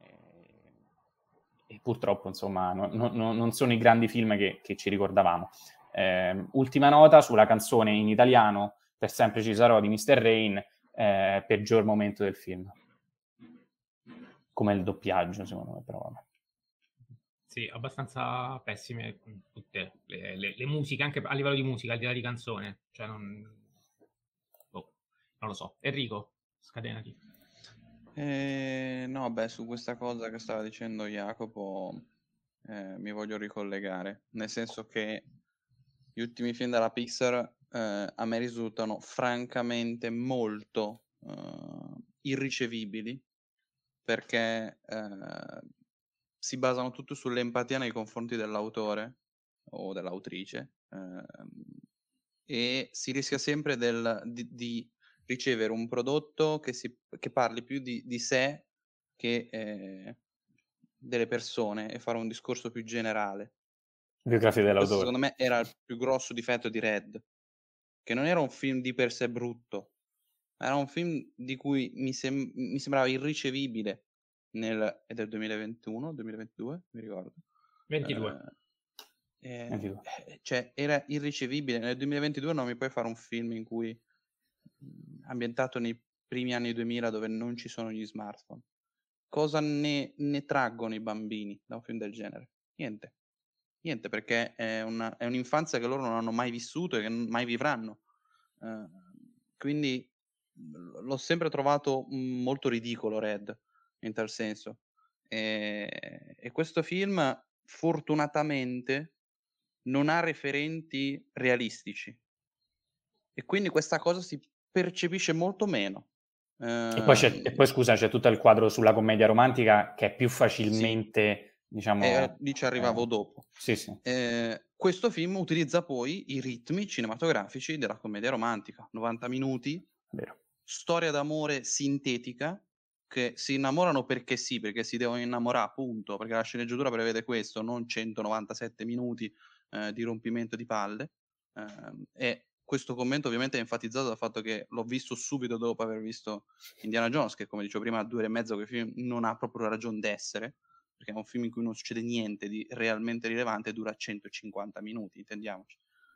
e purtroppo insomma non sono i grandi film che ci ricordavamo. Ultima nota sulla canzone in italiano Per sempre ci sarò di Mr. Rain, peggior momento del film, come il doppiaggio secondo me, però vabbè. Sì, abbastanza pessime tutte le musiche, anche a livello di musica, al di là di canzone. Cioè, non lo so. Enrico, scatenati. No, beh, su questa cosa che stava dicendo Jacopo mi voglio ricollegare, nel senso che gli ultimi film della Pixar a me risultano francamente molto irricevibili, perché si basano tutto sull'empatia nei confronti dell'autore o dell'autrice e si rischia sempre di ricevere un prodotto che parli più di sé che delle persone e fare un discorso più generale. Biografia Questo dell'autore. secondo me era il più grosso difetto di Red, che non era un film di per sé brutto, era un film di cui mi sembrava irricevibile è del 2021, 2022, mi ricordo. 22. Cioè, era irricevibile. Nel 2022 non mi puoi fare un film in cui ambientato nei primi anni 2000 dove non ci sono gli smartphone. Cosa ne traggono i bambini da un film del genere? Niente. Niente, perché è un'infanzia che loro non hanno mai vissuto e che mai vivranno. Quindi l'ho sempre trovato molto ridicolo Red, in tal senso. E questo film fortunatamente non ha referenti realistici e quindi questa cosa si percepisce molto meno. E poi scusa, c'è tutto il quadro sulla commedia romantica che è più Sì, facilmente, diciamo... lì ci arrivavo dopo. Sì, sì. Questo film utilizza poi i ritmi cinematografici della commedia romantica, 90 minuti, Vero. storia d'amore sintetica, che si innamorano perché sì, perché si devono innamorare, punto, perché la sceneggiatura prevede questo, non 197 minuti di rompimento di palle. E questo commento ovviamente è enfatizzato dal fatto che l'ho visto subito dopo aver visto Indiana Jones, che come dicevo prima a 2 ore e mezzo quel film non ha proprio ragion d'essere, perché è un film in cui non succede niente di realmente rilevante e dura 150 minuti, intendiamoci.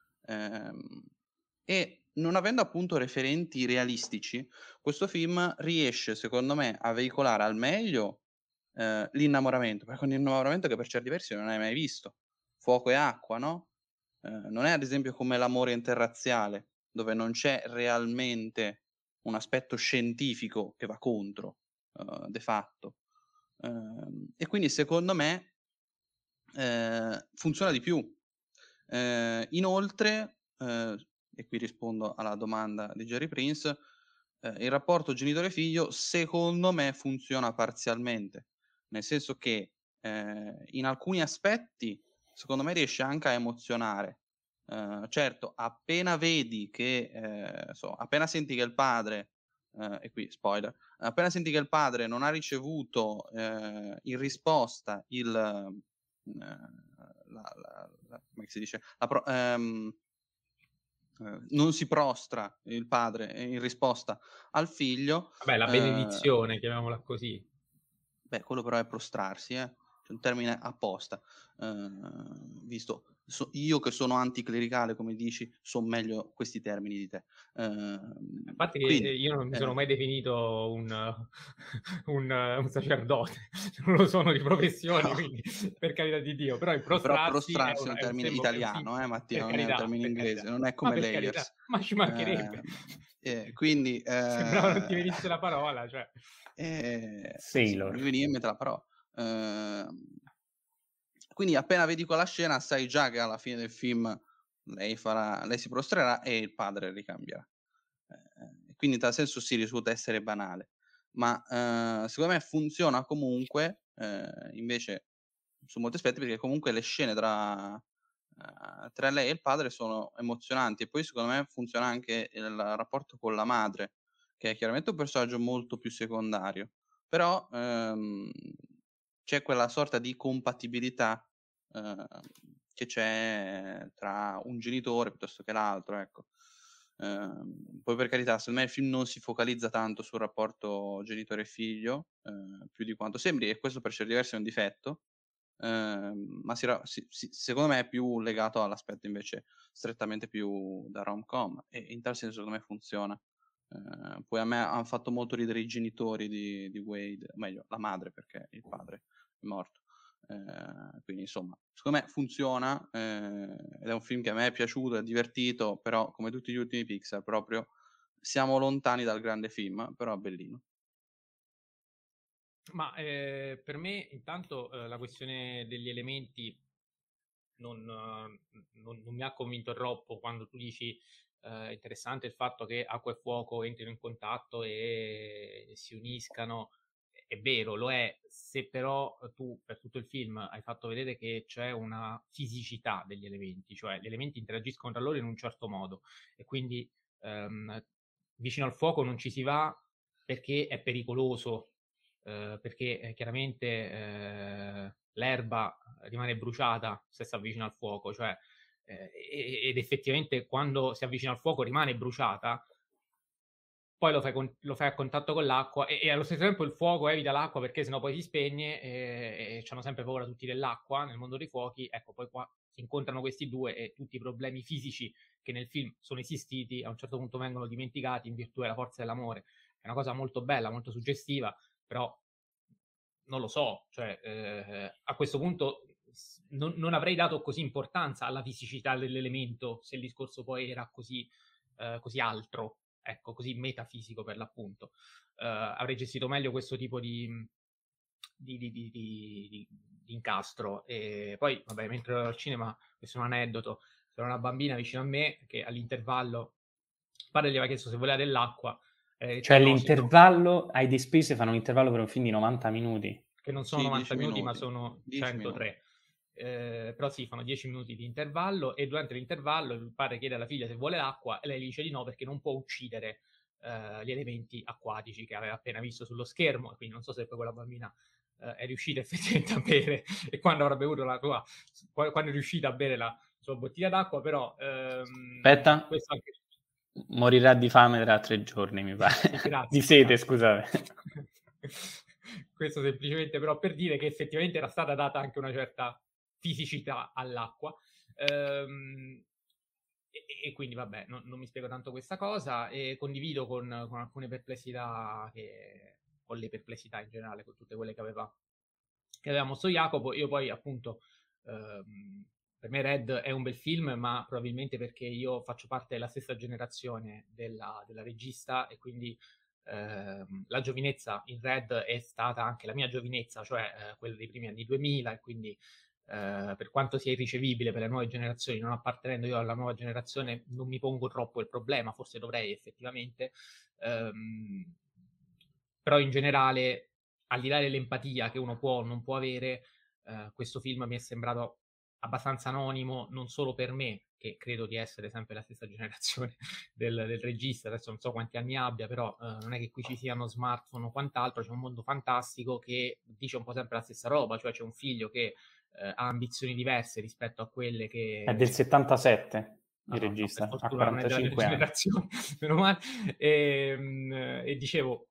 E non avendo appunto referenti realistici, questo film riesce, secondo me, a veicolare al meglio l'innamoramento, perché è un innamoramento che per certi versi non hai mai visto. Fuoco e acqua, no? Non è ad esempio come l'amore interrazziale, dove non c'è realmente un aspetto scientifico che va contro, de facto. E quindi secondo me funziona di più. Inoltre, e qui rispondo alla domanda di Jerry Prince, il rapporto genitore-figlio secondo me funziona parzialmente, nel senso che, in alcuni aspetti secondo me riesce anche a emozionare. Certo, appena vedi che appena senti che il padre e qui spoiler, appena senti che il padre non ha ricevuto, in risposta come si dice? Non si prostra il padre in risposta al figlio. Vabbè, la benedizione, chiamiamola così. Beh, quello però è prostrarsi, c'è un termine apposta. Visto io che sono anticlericale, come dici, so meglio questi termini di te. A parte che Quindi, io non mi sono mai definito un sacerdote, non lo sono di professione, no, quindi per carità di Dio, però il però prostrarsi prostrarsi è un è un termine italiano, Mattia, non è un termine per carità, inglese, non è ma come per carità, layers. ma ci mancherebbe. Quindi, Sembrava non ti venisse la parola, cioè. sì, non mi veniva in mente la parola. Quindi appena vedi quella scena sai già che alla fine del film lei si prostrerà e il padre ricambierà. Quindi in tal senso sì, risulta essere banale, ma secondo me funziona comunque, invece su molti aspetti, perché comunque le scene tra lei e il padre sono emozionanti e poi secondo me funziona anche il rapporto con la madre, che è chiaramente un personaggio molto più secondario, però c'è quella sorta di compatibilità che c'è tra un genitore piuttosto che l'altro, ecco. Poi per carità, secondo me il film non si focalizza tanto sul rapporto genitore e figlio, più di quanto sembri, e questo per certi versi è un difetto, ma secondo me è più legato all'aspetto invece strettamente più da rom-com e in tal senso secondo me funziona. Poi a me han fatto molto ridere i genitori di Wade, o meglio la madre perché il padre è morto. Quindi insomma, secondo me funziona, ed è un film che a me è piaciuto, è divertito, però come tutti gli ultimi Pixar proprio siamo lontani dal grande film, però bellino. Ma per me intanto la questione degli elementi non mi ha convinto troppo quando tu dici è interessante il fatto che acqua e fuoco entrino in contatto e si uniscano. È vero, lo è, se però tu per tutto il film hai fatto vedere che c'è una fisicità degli elementi, cioè gli elementi interagiscono tra loro in un certo modo e quindi vicino al fuoco non ci si va perché è pericoloso, perché chiaramente l'erba rimane bruciata se si avvicina al fuoco, cioè, ed effettivamente quando si avvicina al fuoco rimane bruciata, poi lo fai a contatto con l'acqua e allo stesso tempo il fuoco evita l'acqua perché sennò poi si spegne e hanno sempre paura tutti dell'acqua nel mondo dei fuochi. Ecco, poi qua si incontrano questi due e tutti i problemi fisici che nel film sono esistiti a un certo punto vengono dimenticati in virtù della forza dell'amore. È una cosa molto bella, molto suggestiva, però non lo so, cioè a questo punto non avrei dato così importanza alla fisicità dell'elemento se il discorso poi era così altro, ecco, così metafisico per l'appunto. Avrei gestito meglio questo tipo di incastro. E poi, vabbè, mentre ero al cinema, questo è un aneddoto, c'era una bambina vicino a me che all'intervallo, il padre gli aveva chiesto se voleva dell'acqua, Cioè no, l'intervallo, ai The Space fanno un intervallo per un film di 90 minuti. che non sono Sì, 90 10 minuti, ma minuti. sono 10 103. Però sì, fanno 10 minuti di intervallo e durante l'intervallo il padre chiede alla figlia se vuole l'acqua e lei gli dice di no perché non può uccidere gli elementi acquatici che aveva appena visto sullo schermo, e quindi non so se poi quella bambina è riuscita effettivamente a bere e quando avrà bevuto quando è riuscita a bere la sua bottiglia d'acqua, però Aspetta, questo anche... morirà di fame tra 3 giorni, mi pare. Sì, grazie, Di sete, grazie. scusate. Questo semplicemente però per dire che effettivamente era stata data anche una certa fisicità all'acqua. E quindi vabbè, non mi spiego tanto questa cosa e condivido con alcune perplessità, con le perplessità in generale, con tutte quelle che aveva mostrato Jacopo. Io poi appunto per me Red è un bel film, ma probabilmente perché io faccio parte della stessa generazione della regista e quindi la giovinezza in Red è stata anche la mia giovinezza, cioè quella dei primi anni 2000, e quindi per quanto sia irricevibile per le nuove generazioni, non appartenendo io alla nuova generazione, non mi pongo troppo il problema, forse dovrei effettivamente, però in generale, al di là dell'empatia che uno può o non può avere, questo film mi è sembrato abbastanza anonimo, non solo per me, che credo di essere sempre la stessa generazione del regista, adesso non so quanti anni abbia, però non è che qui ci siano smartphone o quant'altro, c'è un mondo fantastico che dice un po' sempre la stessa roba, cioè c'è un figlio che ha ambizioni diverse rispetto a quelle che... È del 77, il No, per regista, ha fortuna non è della mia 45 anni. generazione, meno male. E dicevo,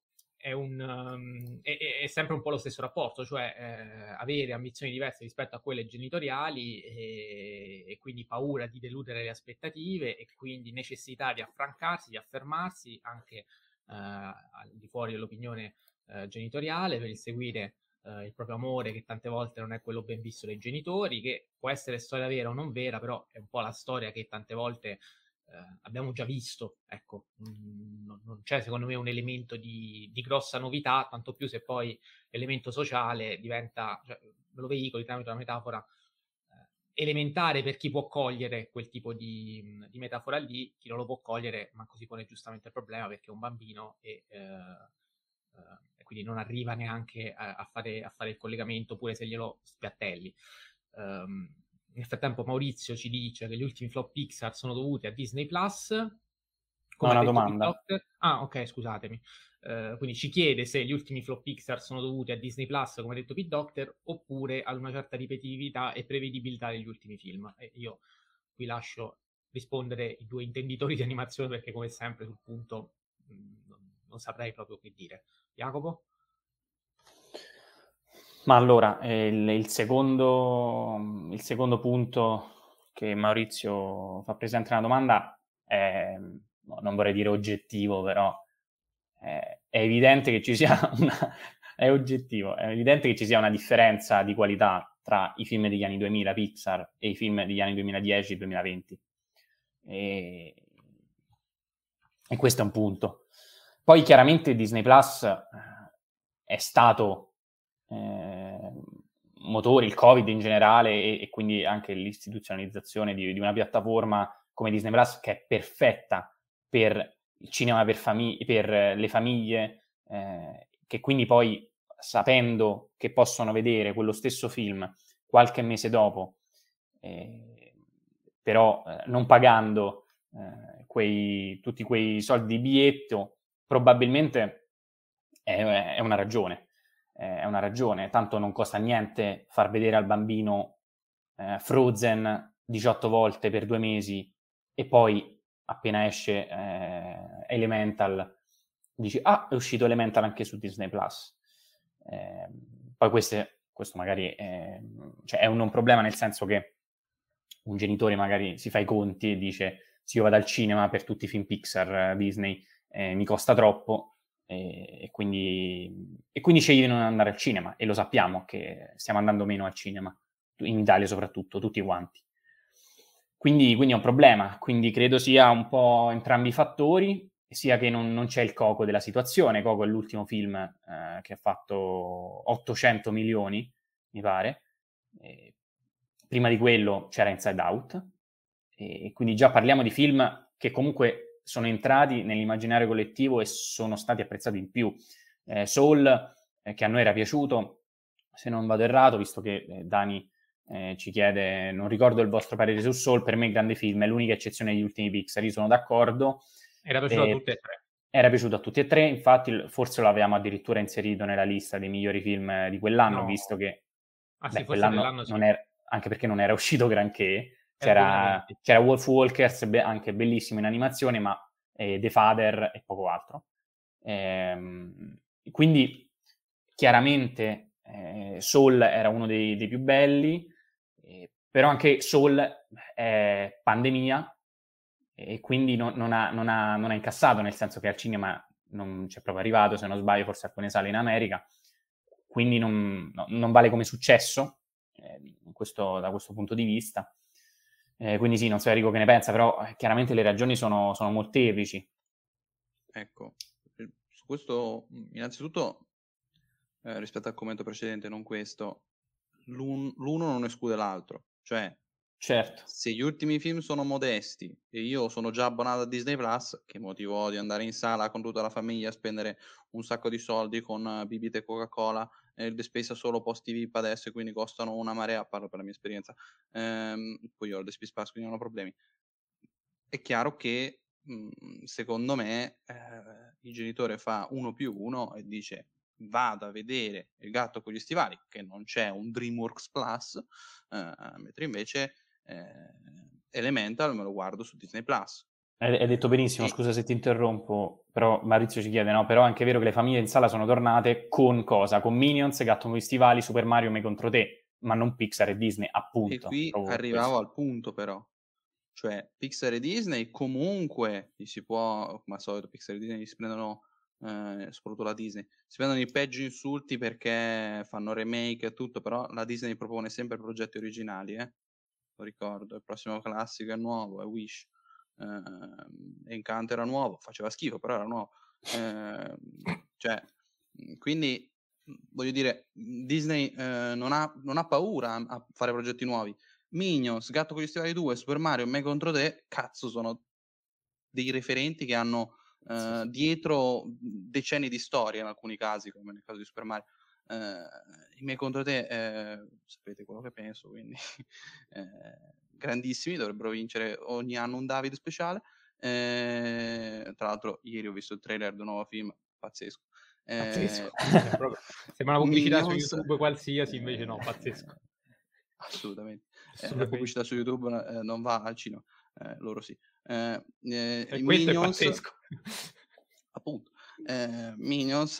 è sempre un po' lo stesso rapporto, cioè avere ambizioni diverse rispetto a quelle genitoriali e quindi paura di deludere le aspettative e quindi necessità di affrancarsi, di affermarsi anche al di fuori dell'opinione genitoriale per inseguire il proprio amore, che tante volte non è quello ben visto dai genitori, che può essere storia vera o non vera, però è un po' la storia che tante volte abbiamo già visto. Ecco, non c'è secondo me un elemento di grossa novità, tanto più se poi l'elemento sociale diventa, cioè, me lo veicoli tramite una metafora elementare per chi può cogliere quel tipo di metafora lì, chi non lo può cogliere, ma così pone giustamente il problema perché è un bambino e quindi non arriva neanche a fare il collegamento, pure se glielo spiattelli. Nel frattempo Maurizio ci dice che gli ultimi flop Pixar sono dovuti a Disney Plus, come ha una detto domanda. Doctor. Ah, ok, scusatemi. Quindi ci chiede se gli ultimi flop Pixar sono dovuti a Disney Plus, come ha detto Pete Doctor, oppure ad una certa ripetitività e prevedibilità degli ultimi film. E io qui lascio rispondere i due intenditori di animazione perché come sempre sul punto non saprei proprio che dire. Jacopo? Ma allora, il secondo punto che Maurizio fa presente nella domanda è, non vorrei dire oggettivo, però è evidente che ci sia è oggettivo, è evidente che ci sia una differenza di qualità tra i film degli anni 2000 Pixar e i film degli anni 2010-2020. E questo è un punto. Poi chiaramente Disney Plus è stato motore, il Covid in generale e quindi anche l'istituzionalizzazione di una piattaforma come Disney Plus che è perfetta per il cinema per le famiglie, che quindi poi sapendo che possono vedere quello stesso film qualche mese dopo, però non pagando tutti quei soldi di biglietto, probabilmente è una ragione. È una ragione, tanto non costa niente far vedere al bambino Frozen 18 volte per 2 mesi e poi appena esce Elemental dici, ah, è uscito Elemental anche su Disney+. Poi questo magari cioè è un problema, nel senso che un genitore magari si fa i conti e dice, sì, io vado al cinema per tutti i film Pixar, Disney, mi costa troppo, e quindi scegli di non andare al cinema, e lo sappiamo che stiamo andando meno al cinema, in Italia soprattutto, tutti quanti. Quindi è un problema, quindi credo sia un po' entrambi i fattori, sia che non c'è il Coco della situazione. Coco è l'ultimo film che ha fatto 800 milioni, mi pare. Prima di quello c'era Inside Out, e quindi già parliamo di film che comunque sono entrati nell'immaginario collettivo e sono stati apprezzati in più. Soul, che a noi era piaciuto, se non vado errato, visto che Dani ci chiede, non ricordo il vostro parere su Soul, per me grande film, è l'unica eccezione degli ultimi Pixar, io sono d'accordo. Era piaciuto a tutti e tre. Era piaciuto a tutti e tre, infatti forse lo avevamo addirittura inserito nella lista dei migliori film di quell'anno, no, visto che sì, quell'anno non era, anche perché non era uscito granché, c'era Wolf Walkers, anche bellissimo in animazione, ma The Father e poco altro. Quindi chiaramente Soul era uno dei più belli, però anche Soul è pandemia, e quindi non ha incassato, nel senso che al cinema non c'è proprio arrivato, se non sbaglio, forse alcune sale in America, quindi non vale come successo da questo punto di vista. Quindi sì, non so Enrico che ne pensa, però chiaramente le ragioni sono molteplici. Ecco, su questo innanzitutto rispetto al commento precedente, non questo, l'uno non esclude l'altro, cioè certo, se gli ultimi film sono modesti e io sono già abbonato a Disney Plus, che motivo ho di andare in sala con tutta la famiglia a spendere un sacco di soldi con bibite e Coca-Cola, The Space ha solo posti VIP adesso e quindi costano una marea, parlo per la mia esperienza, poi io ho il The Space Pass quindi non ho problemi. È chiaro che secondo me il genitore fa 1+1 e dice vado a vedere Il gatto con gli stivali, che non c'è un DreamWorks Plus, mentre invece Elemental me lo guardo su Disney Plus. Hai detto benissimo, scusa se ti interrompo, però Maurizio ci chiede, no? Però è anche vero che le famiglie in sala sono tornate con cosa? Con Minions, Gatto con gli stivali, Super Mario Me contro te, ma non Pixar e Disney, appunto. E qui arrivavo al punto però, cioè Pixar e Disney comunque si può, come al solito Pixar e Disney si prendono, soprattutto la Disney, si prendono i peggio insulti perché fanno remake e tutto, però la Disney propone sempre progetti originali, lo ricordo, il prossimo classico è nuovo, è Wish, Encanto era nuovo, faceva schifo, però era nuovo, cioè, quindi voglio dire, Disney non ha paura a fare progetti nuovi. Minions, Gatto con gli stivali 2, Super Mario, Me contro te, cazzo, sono dei referenti che hanno dietro decenni di storia in alcuni casi, come nel caso di Super Mario. Me contro te, sapete quello che penso, quindi grandissimi, dovrebbero vincere ogni anno un David speciale. Tra l'altro ieri ho visto il trailer del nuovo film, pazzesco. Pazzesco. Sembra una pubblicità Minions, su YouTube qualsiasi, invece no, pazzesco. Assolutamente. La pubblicità su YouTube non va al cinema, loro sì. Questo Minions, è pazzesco. Appunto. Minions,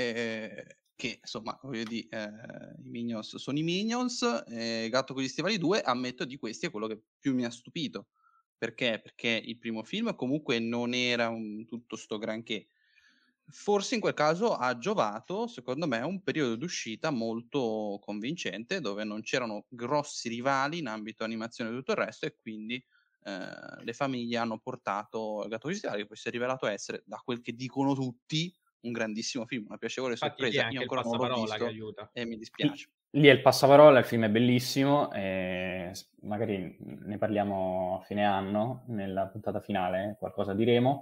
che insomma, voglio dire, i Minions sono i Minions, Gatto con gli stivali 2, ammetto di questi è quello che più mi ha stupito. Perché? Perché il primo film comunque non era tutto sto granché. Forse in quel caso ha giovato, secondo me, un periodo d'uscita molto convincente, dove non c'erano grossi rivali in ambito animazione e tutto il resto, e quindi le famiglie hanno portato Il gatto con gli stivali, che poi si è rivelato essere, da quel che dicono tutti, un grandissimo film, una piacevole sorpresa. Io ancora non l'ho visto e mi dispiace. Lì è il passaparola, il film è bellissimo, magari ne parliamo a fine anno, nella puntata finale, qualcosa diremo.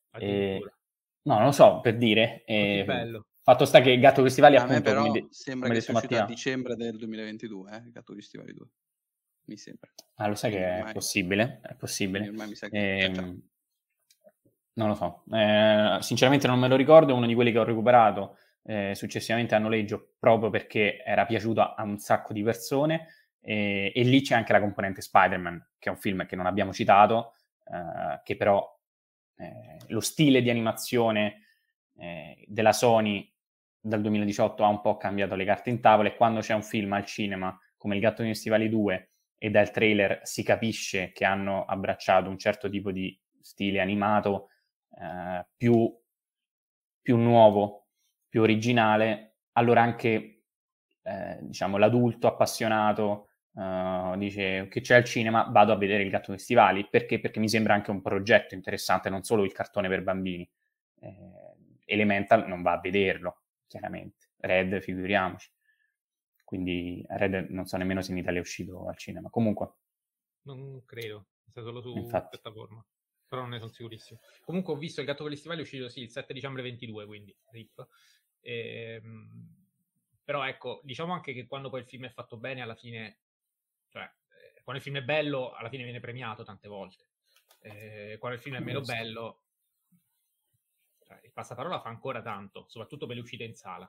No, non lo so, per dire. Fatto sta che Gatto con gli stivali, appunto, me però come sembra che sia uscito a dicembre del 2022, Gatto con gli stivali 2. Mi sembra. Lo sai che ormai, è possibile? È possibile. Ormai mi sa che non lo so. Sinceramente non me lo ricordo, è uno di quelli che ho recuperato successivamente a noleggio proprio perché era piaciuto a un sacco di persone, e lì c'è anche la componente Spider-Man, che è un film che non abbiamo citato, che però lo stile di animazione della Sony dal 2018 ha un po' cambiato le carte in tavola, e quando c'è un film al cinema come Il gatto negli stivali 2 e dal trailer si capisce che hanno abbracciato un certo tipo di stile animato più nuovo, più originale, allora anche diciamo l'adulto appassionato dice che c'è al cinema, vado a vedere Il gatto negli stivali, perché mi sembra anche un progetto interessante, non solo il cartone per bambini. Elemental non va a vederlo, chiaramente. Red, figuriamoci. Quindi Red non so nemmeno se in Italia è uscito al cinema. Comunque. Non credo, è solo su Infatti. piattaforma. Però non ne sono sicurissimo. Comunque ho visto Il gatto per gli stivali, è uscito sì, il 7 dicembre 22, quindi RIP. Però ecco, diciamo anche che quando poi il film è fatto bene, alla fine, cioè, quando il film è bello, alla fine viene premiato tante volte. Quando il film è meno bello, cioè, il passaparola fa ancora tanto, soprattutto per le uscite in sala.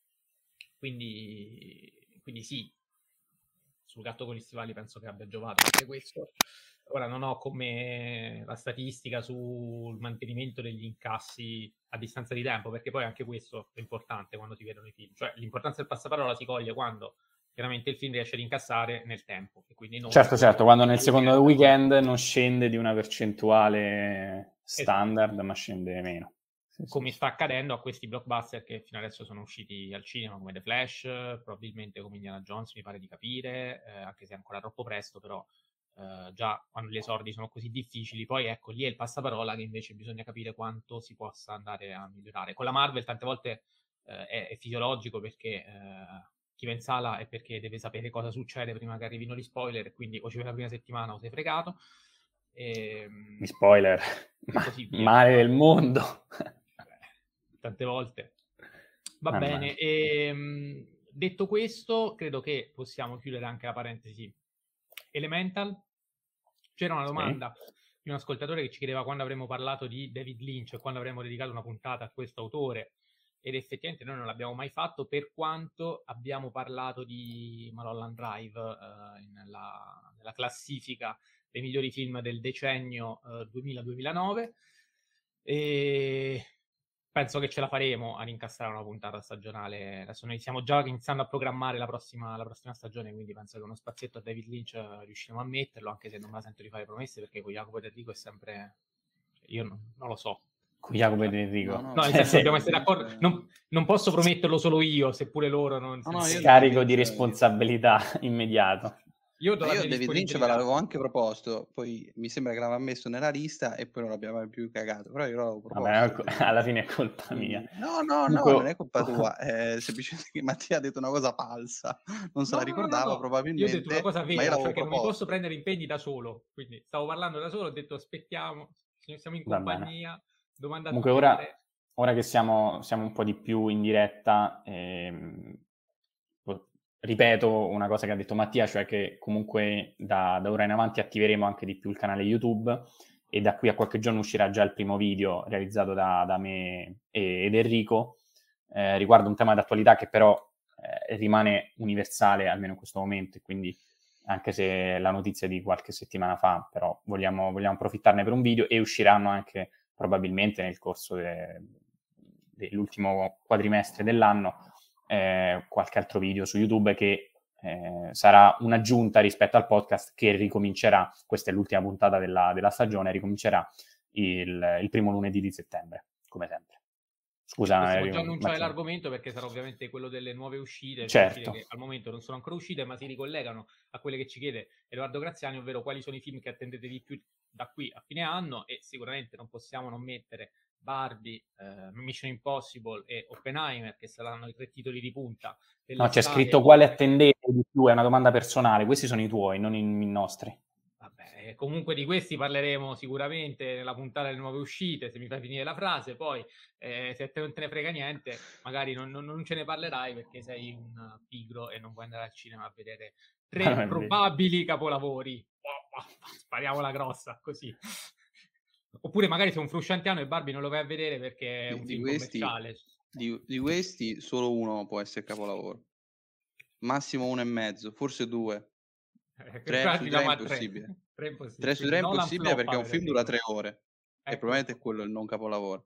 Quindi sì, sul gatto con gli stivali penso che abbia giovato anche questo. Ora non ho come la statistica sul mantenimento degli incassi a distanza di tempo, perché poi anche questo è importante quando si vedono i film. Cioè l'importanza del passaparola si coglie quando chiaramente il film riesce ad incassare nel tempo. E quindi certo, quando nel secondo weekend non scende di una percentuale standard, esatto, ma scende meno. Come sta accadendo a questi blockbuster che fino adesso sono usciti al cinema, come The Flash, probabilmente come Indiana Jones, mi pare di capire, anche se è ancora troppo presto, però già quando gli esordi sono così difficili, poi ecco, lì è il passaparola che invece bisogna capire quanto si possa andare a migliorare. Con la Marvel tante volte è fisiologico, perché chi va in sala è perché deve sapere cosa succede prima che arrivino gli spoiler, quindi o ci vai la prima settimana o sei fregato. Gli spoiler, male del mondo. Tante volte. Va bene. Detto questo, credo che possiamo chiudere anche la parentesi Elemental. C'era una domanda di un ascoltatore che ci chiedeva quando avremmo parlato di David Lynch e quando avremmo dedicato una puntata a questo autore, ed effettivamente noi non l'abbiamo mai fatto, per quanto abbiamo parlato di Mulholland Drive nella classifica dei migliori film del decennio 2000-2009, e penso che ce la faremo ad incastrare una puntata stagionale. Adesso noi stiamo già iniziando a programmare la prossima stagione, quindi penso che uno spazietto a David Lynch riusciremo a metterlo, anche se non me la sento di fare promesse, perché con Jacopo ed Enrico è sempre... Io non lo so. Con Jacopo ed Enrico? No, nel senso, dobbiamo essere d'accordo. Non posso prometterlo solo io, seppure loro non... Scarico di responsabilità immediato. Io David Lynch ve l'avevo anche proposto, poi mi sembra che l'aveva messo nella lista e poi non l'abbiamo più cagato, però io l'avevo proposto. Vabbè, alla fine è colpa mia. No, non è colpa tua, è semplicemente che Mattia ha detto una cosa falsa, non se la ricordava probabilmente. Io ho detto una cosa vera, cioè che non mi posso prendere impegni da solo, quindi stavo parlando da solo, ho detto aspettiamo, siamo in compagnia, domanda. Comunque ora che siamo un po' di più in diretta, ripeto una cosa che ha detto Mattia, cioè che comunque da ora in avanti attiveremo anche di più il canale YouTube, e da qui a qualche giorno uscirà già il primo video realizzato da me ed Enrico riguardo un tema d'attualità che però rimane universale, almeno in questo momento, e quindi anche se la notizia di qualche settimana fa, però vogliamo approfittarne per un video, e usciranno anche probabilmente nel corso dell'ultimo quadrimestre dell'anno qualche altro video su YouTube che sarà un'aggiunta rispetto al podcast che ricomincerà, questa è l'ultima puntata della stagione, ricomincerà il primo lunedì di settembre, come sempre. Scusa, possiamo già annunciare l'argomento, perché sarà ovviamente quello delle nuove uscite, certo, che al momento non sono ancora uscite, ma si ricollegano a quelle che ci chiede Edoardo Graziani, ovvero quali sono i film che attendete di più da qui a fine anno, e sicuramente non possiamo non mettere Barbie, Mission Impossible e Oppenheimer, che saranno i 3 titoli di punta. No, c'è scritto quale attendete di più, è una domanda personale, questi sono i tuoi, non i nostri. Vabbè, comunque di questi parleremo sicuramente nella puntata delle nuove uscite, se mi fai finire la frase, poi se te non te ne frega niente, magari non ce ne parlerai perché sei un pigro e non puoi andare al cinema a vedere 3 probabili capolavori. Spariamola grossa, così. Oppure magari sei un frusciantiano e Barbie non lo vai a vedere perché è un film commerciale. Di questi solo uno può essere capolavoro. Massimo 1,5, forse 2. 3 su 3 è impossibile. 3 su 3 è impossibile perché un film dura 3 ore. E probabilmente è quello il non capolavoro.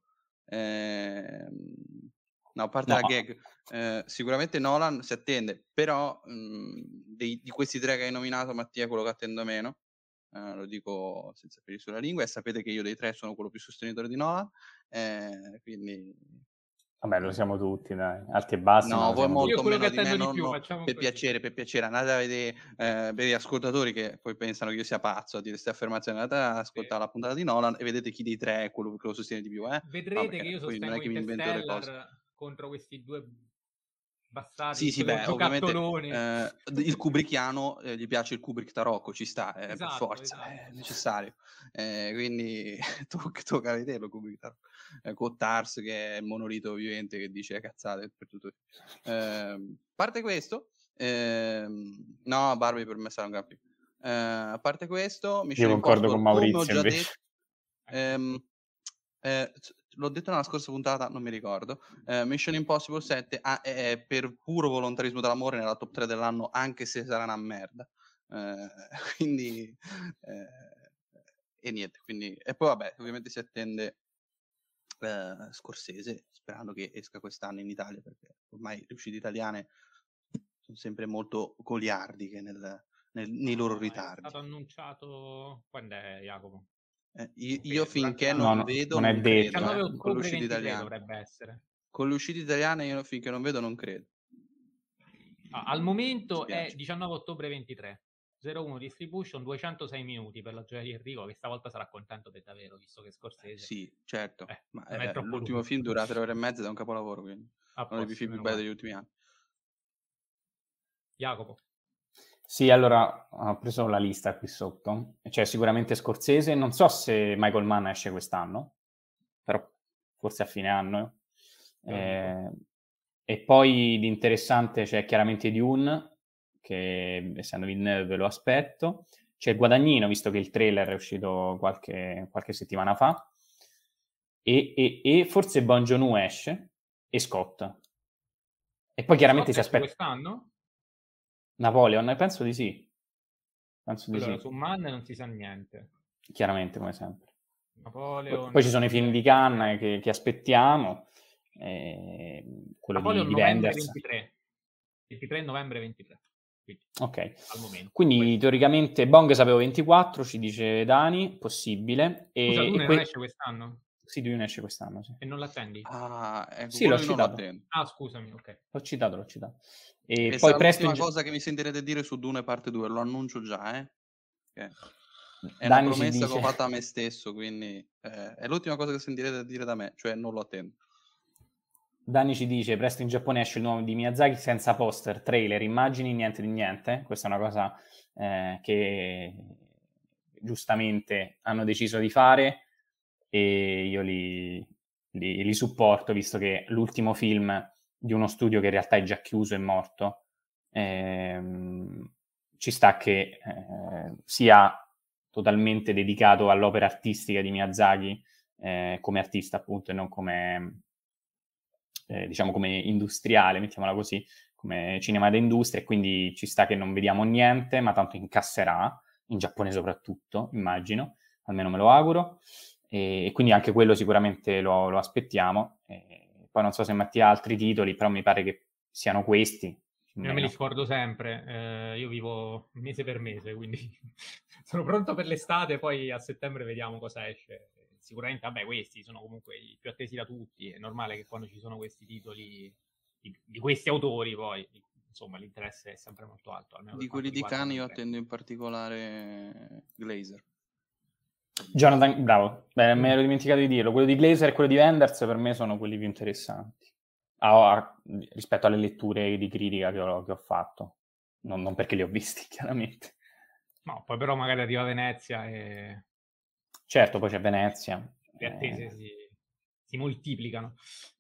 No, a parte No. la gag, sicuramente Nolan si attende, però di questi tre che hai nominato, Mattia, è quello che attendo meno. Lo dico senza peli sulla lingua, e sapete che io dei tre sono quello più sostenitore di Nolan, quindi... Vabbè, lo siamo tutti, dai. Alti e bassi, ma No, lo voi siamo tutti. Io molto quello che meno di me, attendo di no, più, no, facciamo per così. piacere, andate a vedere per gli ascoltatori che poi pensano che io sia pazzo a dire queste affermazioni, andate ad ascoltare la puntata di Nolan e vedete chi dei tre è quello che lo sostiene di più, No, Vedrete che perché io poi non è sostengo che mi invento le cose. Interstellar contro questi due bastardi, Sì, visto che sono beh, ovviamente giocattoloni. il kubrickiano gli piace il Kubrick tarocco, ci sta, per Esatto, forza, esatto. è necessario. Quindi tocca vederlo Kubrick tarocco. Con Tars che è il monolito vivente che dice cazzate per tutto. Parte questo, no, Barbie per me sarà un gran film. A parte questo, Mission Io concordo con Impossible, come ho Maurizio, già invece. detto, l'ho detto nella scorsa puntata, non mi ricordo. Mission Impossible 7 è per puro volontarismo dell'amore nella top 3 dell'anno, anche se sarà una merda. Quindi e niente, quindi e poi vabbè, ovviamente si attende Scorsese, sperando che esca quest'anno in Italia, perché ormai le uscite italiane sono sempre molto goliardiche nei loro No, è ritardi. stato annunciato... Quando è, Jacopo? Io Durante finché No, non l'anno? no, vedo non è non credo, 19 con le ottobre uscite 23 italiane. dovrebbe essere. Con le uscite italiane io finché non vedo non credo. Al momento è Spiace. 19 ottobre 23. 01 Distribution, 206 minuti per la gioia di Enrico, che stavolta sarà contento per davvero, visto che Scorsese Sì, certo, ma non è troppo l'ultimo lungo. film dura 3 ore e mezza ed è un capolavoro, quindi A uno dei posto, film più meno belli male. degli ultimi anni. Jacopo. Sì, allora ho preso la lista qui sotto. C'è sicuramente Scorsese, non so se Michael Mann esce quest'anno, però forse a fine anno. E poi di interessante c'è chiaramente Dune, che essendo Villeneuve lo aspetto. C'è il Guadagnino, visto che il trailer è uscito qualche settimana fa. E forse Bong Joon-ho esce, e Scott. E poi chiaramente Scott si esce aspetta quest'anno? Napoleon, penso di sì. Penso di Allora, sì. su Mann non si sa niente. Chiaramente, come sempre. Napoleon Poi ci sono i film di 2023. Cannes che aspettiamo. Quello Napoleon di novembre Wenders. 23. 23 novembre 23. Quindi, Ok. al momento. Quindi teoricamente Bong sapevo 24, ci dice Dani, possibile. Scusa, Dune non esce quest'anno? Sì, Dune esce quest'anno, sì. E non l'attendi? Ecco, Sì, l'ho quello io non lo citato. attendo. Ah, scusami, ok. L'ho citato. E E poi sarà presto l'ultima cosa che mi sentirete dire su Dune parte 2, lo annuncio già, È una Dani ci promessa che ho dice... fatto a me stesso, quindi è l'ultima cosa che sentirete dire da me, cioè non lo attendo. Dani ci dice, presto in Giappone esce il nuovo di Miyazaki senza poster, trailer, immagini, niente di niente. Questa è una cosa che giustamente hanno deciso di fare e io li supporto, visto che l'ultimo film di uno studio che in realtà è già chiuso e morto, ci sta che sia totalmente dedicato all'opera artistica di Miyazaki come artista appunto e non come diciamo come industriale, mettiamola così, come cinema d'industria, e quindi ci sta che non vediamo niente, ma tanto incasserà, in Giappone soprattutto, immagino, almeno me lo auguro, e quindi anche quello sicuramente lo aspettiamo. Poi non so se Mattia ha altri titoli, però mi pare che siano questi. Io me li scordo sempre, io vivo mese per mese, quindi sono pronto per l'estate, poi a settembre vediamo cosa esce. Sicuramente, vabbè, questi sono comunque i più attesi da tutti, è normale che quando ci sono questi titoli di questi autori poi, insomma, l'interesse è sempre molto alto, almeno per Di quanto quelli di riguarda Cannes io noi tre. attendo in particolare Glazer. Jonathan, bravo, beh, me ero dimenticato di dirlo, quello di Glazer e quello di Wenders per me sono quelli più interessanti. Rispetto alle letture di critica che ho fatto, non perché li ho visti, chiaramente. No, poi però magari arriva Venezia e... Certo, poi c'è Venezia. Le attese si moltiplicano.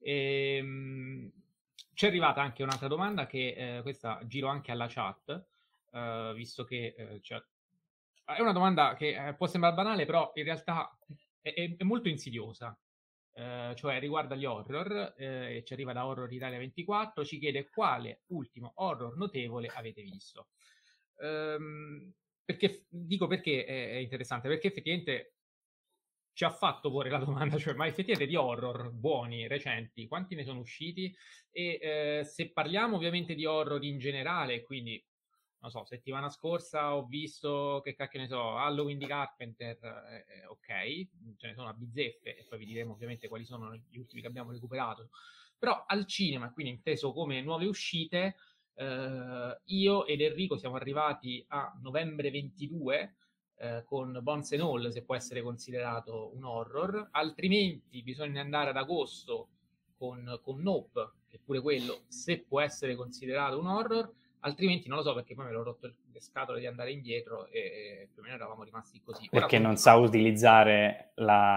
C'è arrivata anche un'altra domanda che questa giro anche alla chat, visto che è una domanda che può sembrare banale, però in realtà è molto insidiosa. Cioè riguarda gli horror, e ci arriva da Horror Italia 24, ci chiede quale ultimo horror notevole avete visto. Dico perché è interessante, perché effettivamente ci ha fatto porre la domanda, cioè, ma effettivamente di horror buoni, recenti, quanti ne sono usciti? E se parliamo ovviamente di horror in generale, quindi, non so, settimana scorsa ho visto, che cacchio ne so, Halloween di Carpenter, ok, ce ne sono a bizzeffe, e poi vi diremo ovviamente quali sono gli ultimi che abbiamo recuperato. Però al cinema, quindi inteso come nuove uscite, io ed Enrico siamo arrivati a novembre 22, con Bones and All, se può essere considerato un horror, altrimenti bisogna andare ad agosto con Nope, che pure quello, se può essere considerato un horror, altrimenti non lo so, perché poi me l'ho rotto le scatole di andare indietro e più o meno eravamo rimasti così. Perché non sa utilizzare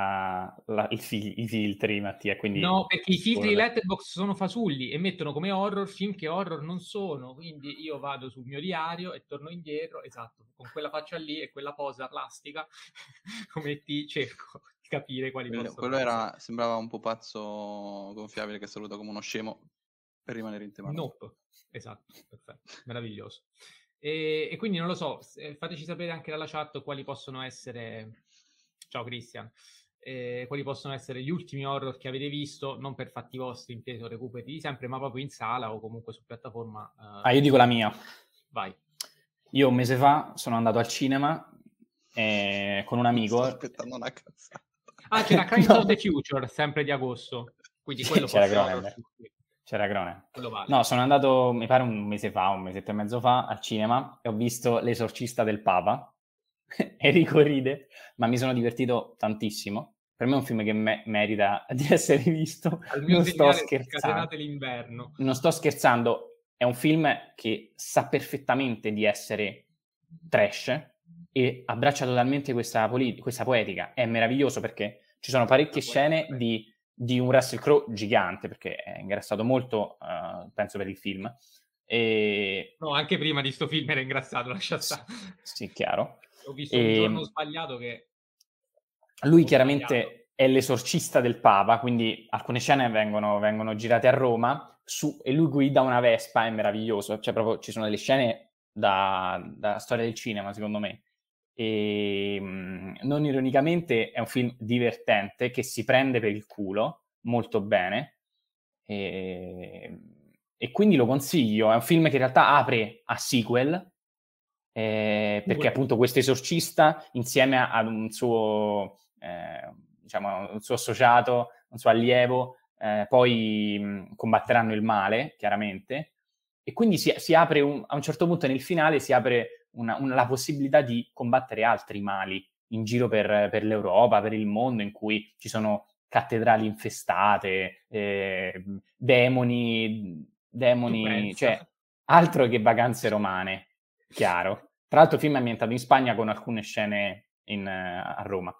i filtri, Mattia, quindi... No, perché i filtri di Letterboxd sono fasulli e mettono come horror film che horror non sono, quindi io vado sul mio diario e torno indietro, esatto, con quella faccia lì e quella posa plastica, come ti cerco di capire quali possono quello essere. sembrava un pupazzo gonfiabile che saluta come uno scemo per rimanere in tema. Nope, esatto, perfetto, meraviglioso. E quindi non lo so, fateci sapere anche dalla chat quali possono essere... Ciao Christian. Quali possono essere gli ultimi horror che avete visto, non per fatti vostri, inteso recuperi sempre, ma proprio in sala o comunque su piattaforma. Io dico la mia. Vai. Io un mese fa sono andato al cinema con un amico. Sto aspettando una cazzata. C'era Crimes of the Future, sempre di agosto. Quindi quello c'era Gronen. C'era Gronen. Vale. No, sono andato, mi pare un mesetto e mezzo fa, al cinema e ho visto L'Esorcista del Papa. Enrico ride, ma mi sono divertito tantissimo. Per me è un film che merita di essere visto. Non sto scherzando. L'inverno. Non sto scherzando. È un film che sa perfettamente di essere trash e abbraccia totalmente questa poetica. È meraviglioso perché ci sono parecchie scene di un Russell Crowe gigante, perché è ingrassato molto, penso, per il film. No, anche prima di sto film era ingrassato, lascia stare. Sì, chiaro. Ho visto Un giorno sbagliato che... Lui chiaramente è l'esorcista del Papa, quindi alcune scene vengono girate a Roma e lui guida una Vespa, è meraviglioso. Cioè proprio ci sono delle scene da storia del cinema, secondo me. E non ironicamente è un film divertente che si prende per il culo molto bene e quindi lo consiglio. È un film che in realtà apre a sequel perché appunto questo esorcista insieme ad un suo diciamo un suo associato, un suo allievo poi combatteranno il male, chiaramente, e quindi si apre a un certo punto nel finale si apre la possibilità di combattere altri mali in giro per l'Europa, per il mondo, in cui ci sono cattedrali infestate, demoni, cioè altro che vacanze romane, chiaro. Tra l'altro il film è ambientato in Spagna con alcune scene a Roma.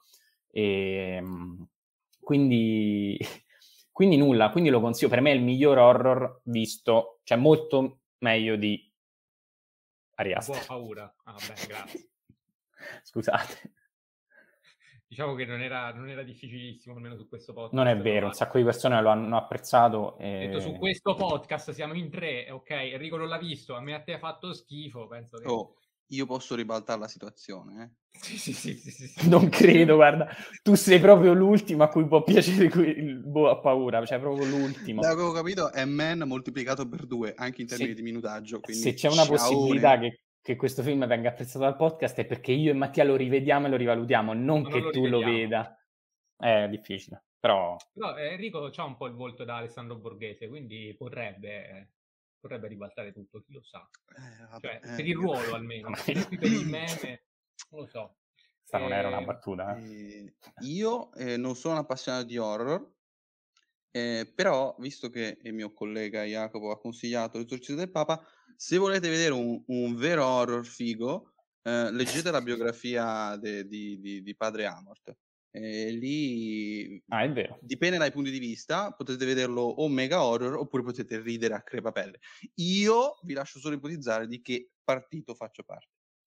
Quindi nulla, quindi lo consiglio. Per me è il miglior horror visto, cioè molto meglio di Ari Aster. Buona paura. Beh, grazie. Scusate. Diciamo che non era difficilissimo, almeno su questo podcast. Non è vero, un sacco di persone lo hanno apprezzato. Detto, su questo podcast siamo in 3, ok? Enrico non l'ha visto, a me a te ha fatto schifo, penso che... Io posso ribaltare la situazione, Sì. Non credo, guarda, tu sei proprio l'ultimo a cui può piacere il a paura, cioè proprio l'ultimo. Da che ho capito è Man moltiplicato per 2, anche in termini di minutaggio. Quindi se c'è una possibilità che questo film venga apprezzato dal podcast è perché io e Mattia lo rivediamo e lo rivalutiamo, non che tu lo veda. È difficile, però... No, Enrico c'ha un po' il volto da Alessandro Borghese, quindi potrebbe ribaltare tutto, chi lo sa. Cioè, per il ruolo almeno, per il meme, non lo so. Questa non era una battuta. Io non sono un appassionato di horror, però, visto che il mio collega Jacopo ha consigliato L'Esorcista del Papa, se volete vedere un vero horror figo, leggete la biografia di Padre Amort. Lì è vero. Dipende dai punti di vista, potete vederlo o mega horror oppure potete ridere a crepapelle. Io vi lascio solo ipotizzare di che partito faccio parte.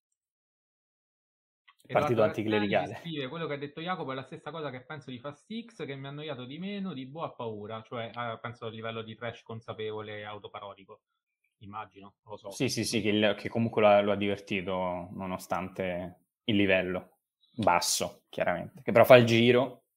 Partito anticlericale. Scrive, quello che ha detto Jacopo è la stessa cosa che penso di Fast X, che mi ha annoiato di meno di Boa Paura, cioè penso a livello di trash consapevole autoparodico, immagino, lo so. Sì, che comunque lo ha divertito nonostante il livello basso, chiaramente, che però fa il giro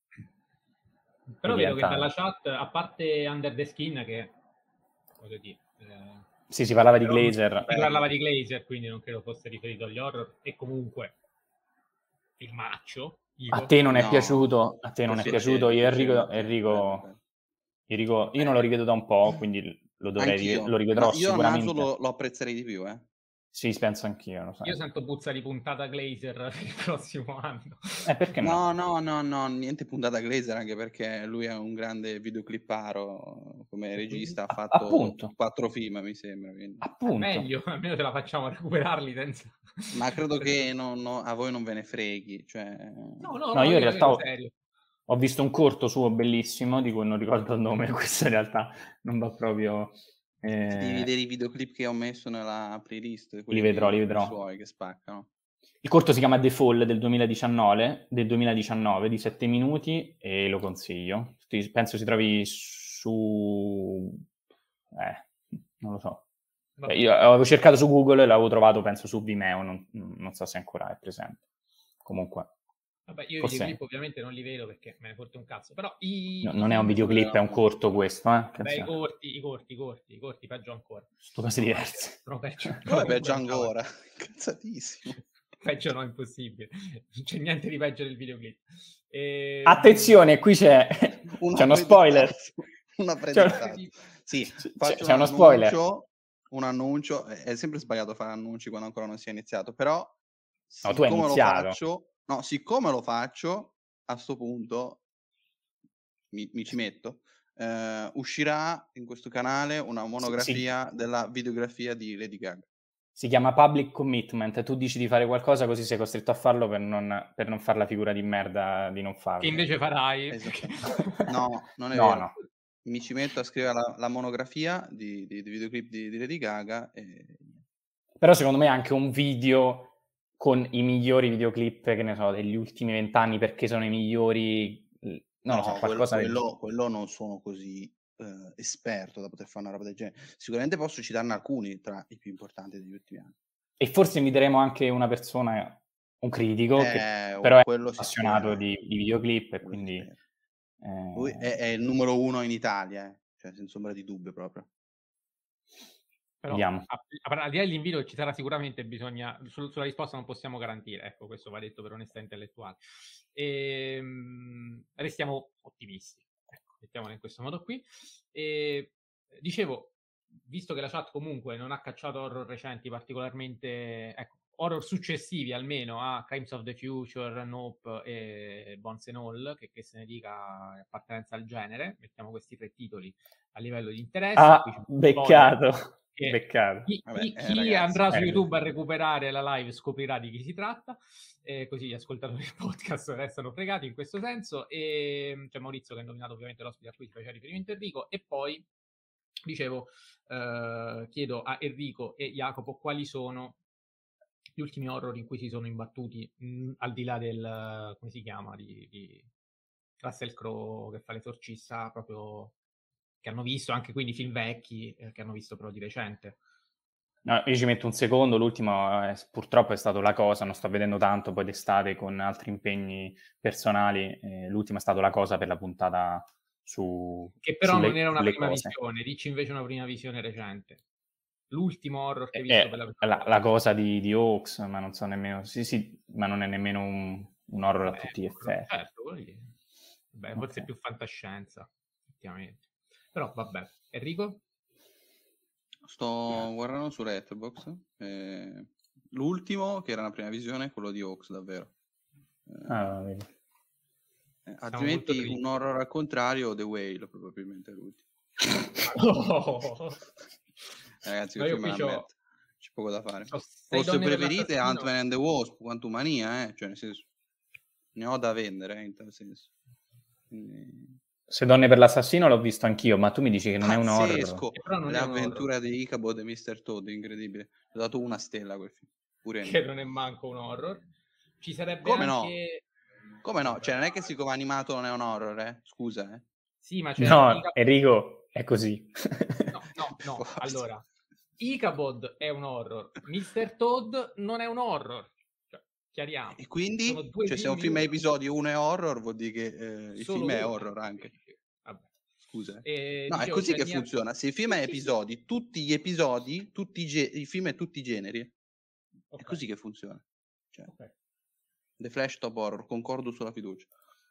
Però vedo che dalla chat, a parte Under the Skin, che voglio dire, sì, si parlava di Glazer. Si parlava di Glazer, quindi non credo fosse riferito agli horror. E comunque il maccio. A te non è piaciuto? A te non è piaciuto? Io Enrico, io non lo rivedo da un po', quindi lo rivedrò sicuramente. Io lo apprezzerei di più, Sì, penso anch'io. Lo sai. Io sento puzza di puntata Glazer per il prossimo anno. Perché no? No, niente puntata Glazer, anche perché lui è un grande videoclipparo, come regista ha fatto 4 film, mi sembra. Appunto. Meglio, almeno ce la facciamo recuperarli senza... Ma credo che a voi non ve ne freghi. Cioè... No, io in realtà ho visto un corto suo bellissimo, di cui non ricordo il nome, questo in realtà non va proprio... Ti devi vedere i videoclip che ho messo nella playlist. Li vedrò. Suoi che spaccano. Il corto si chiama The Fall del 2019, di 7 minuti, e lo consiglio. Penso si trovi su... non lo so. Io avevo cercato su Google e l'avevo trovato, penso, su Vimeo, non so se ancora è presente. Comunque... Vabbè, io i videoclip ovviamente non li vedo perché me ne fotte un cazzo, però non è un videoclip, è un corto questo, Vabbè, i corti, peggio ancora. Sono cose diverse. Peggio ancora, cazzatissimo. Peggio no, impossibile. Non c'è niente di peggio del videoclip. Attenzione, qui c'è uno spoiler. Sì, c'è uno spoiler. Un annuncio, è sempre sbagliato fare annunci quando ancora non si è iniziato, però no, tu hai iniziato. Siccome lo faccio, a sto punto mi ci metto, uscirà in questo canale una monografia della videografia di Lady Gaga. Si chiama Public Commitment, tu dici di fare qualcosa così sei costretto a farlo per non fare la figura di merda di non farlo. Che invece farai. No, non è vero. No. Mi ci metto a scrivere la monografia di videoclip di Lady Gaga. Però secondo me è anche un video con i migliori videoclip, che ne so, degli ultimi 20 anni, perché sono i migliori, non lo so, qualcosa quello non sono così esperto da poter fare una roba del genere. Sicuramente posso citarne alcuni tra i più importanti degli ultimi anni. E forse inviteremo anche una persona, un critico, che però è appassionato di videoclip, e quindi... Lui è il numero 1 in Italia, cioè senza ombra di dubbio proprio. Però, al di là dell'invito ci sarà sicuramente, bisogna sulla risposta non possiamo garantire, ecco, questo va detto per onestà intellettuale. Restiamo ottimisti, ecco, mettiamola in questo modo qui. Dicevo, visto che la chat comunque non ha cacciato horror recenti particolarmente, ecco, horror successivi almeno a Crimes of the Future, Nope e Bones and All, che se ne dica appartenenza al genere, mettiamo questi 3 titoli a livello di interesse. Beccato. Chi ragazzi, andrà su YouTube a recuperare la live scoprirà di chi si tratta, così gli ascoltatori del podcast restano fregati in questo senso. E c'è Maurizio che ha nominato ovviamente l'ospite a cui si faceva riferimento Enrico, e poi dicevo, chiedo a Enrico e Jacopo quali sono gli ultimi horror in cui si sono imbattuti, al di là del, come si chiama, di Russell Crowe che fa l'esorcista, proprio che hanno visto, anche quindi film vecchi che hanno visto però di recente. No, io ci metto un secondo, l'ultimo purtroppo è stato La Cosa, non sto vedendo tanto poi d'estate con altri impegni personali, l'ultimo è stato La Cosa per la puntata su... Che però non era una prima visione, dici invece una prima visione recente. L'ultimo horror che hai visto per la Cosa di Hawks, ma non so nemmeno... Sì, ma non è nemmeno un horror a tutti gli effetti. Certo, vabbè, forse è più fantascienza, effettivamente. Però vabbè, Enrico? Sto guardando su Letterboxd, l'ultimo che era una prima visione è quello di Hawks, davvero. Vedi. Altrimenti un horror al contrario, The Whale probabilmente è l'ultimo. Ragazzi, c'è poco da fare. Forse preferite Ant-Man and the Wasp, Quantumania, cioè nel senso ne ho da vendere in tal senso. Quindi... Se Donne per l'assassino l'ho visto anch'io, ma tu mi dici che non è un horror. L'avventura di Ichabod e Mr. Toad, incredibile. Ho dato 1 stella a quel film. Pure che non è manco un horror. Ci sarebbe come anche... no? Come no? Cioè non è che siccome animato non è un horror, Scusa, Sì, ma c'è Enrico, è così. No. Allora, Ichabod è un horror. Mr. Toad non è un horror. Cioè, chiariamo. E quindi, Sono due cioè, se un film a episodi e uno è horror, vuol dire che il Solo film è due. horror anche. Vabbè. Scusa. No, Dicevo, è così c'è che Nier... funziona. Se il film è episodi, tutti gli episodi, i film e tutti i generi. È così che funziona. Cioè, The Flash top horror, concordo sulla fiducia.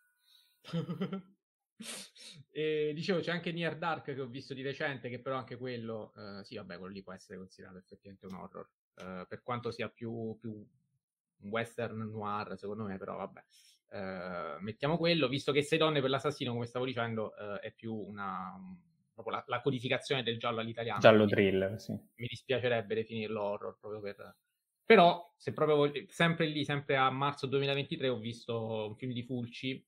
Dicevo, c'è anche Near Dark che ho visto di recente, che però anche quello, sì, vabbè, quello lì può essere considerato effettivamente un horror, per quanto sia più un western noir, secondo me, però vabbè. Mettiamo quello, visto che Sei donne per l'assassino, come stavo dicendo, è più proprio la codificazione del giallo all'italiano. Giallo thriller, sì. Mi dispiacerebbe definirlo horror, proprio per... Però, se proprio sempre lì, sempre a marzo 2023, ho visto un film di Fulci,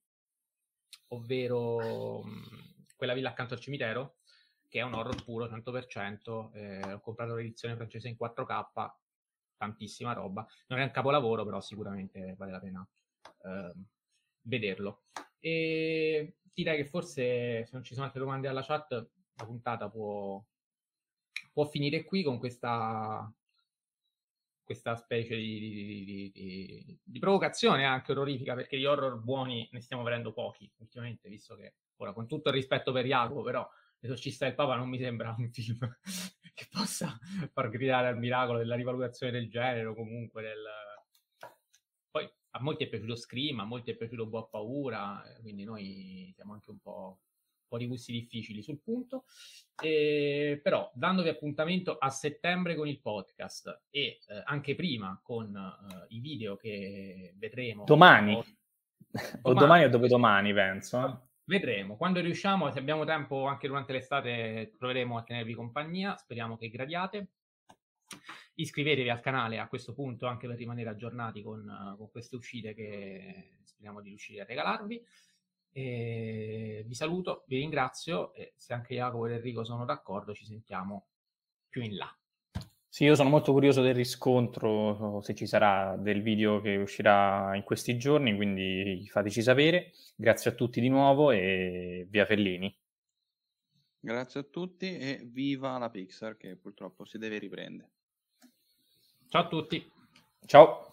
ovvero Quella villa accanto al cimitero, che è un horror puro, 100%. Ho comprato l'edizione francese in 4K, tantissima roba. Non è un capolavoro, però sicuramente vale la pena vederlo. E direi che forse, se non ci sono altre domande alla chat, la puntata può finire qui con questa specie di provocazione anche orrorifica, perché di horror buoni ne stiamo vedendo pochi ultimamente, visto che, ora, con tutto il rispetto per Jacopo, però L'esorcista del Papa non mi sembra un film che possa far gridare al miracolo della rivalutazione del genere, o comunque Poi a molti è piaciuto Scream, a molti è piaciuto Boh Paura, quindi noi siamo anche un po' di gusti difficili sul punto. Però dandovi appuntamento a settembre con il podcast e anche prima con i video che vedremo domani o domani o dopodomani, penso. Vedremo, quando riusciamo, se abbiamo tempo anche durante l'estate, proveremo a tenervi compagnia, speriamo che gradiate. Iscrivetevi al canale a questo punto anche per rimanere aggiornati con queste uscite che speriamo di riuscire a regalarvi. Vi saluto, vi ringrazio e se anche Jacopo ed Enrico sono d'accordo ci sentiamo più in là. Sì, io sono molto curioso del riscontro, se ci sarà, del video che uscirà in questi giorni, quindi fateci sapere. Grazie a tutti di nuovo e via Fellini. Grazie a tutti e viva la Pixar che purtroppo si deve riprendere. Ciao a tutti. Ciao.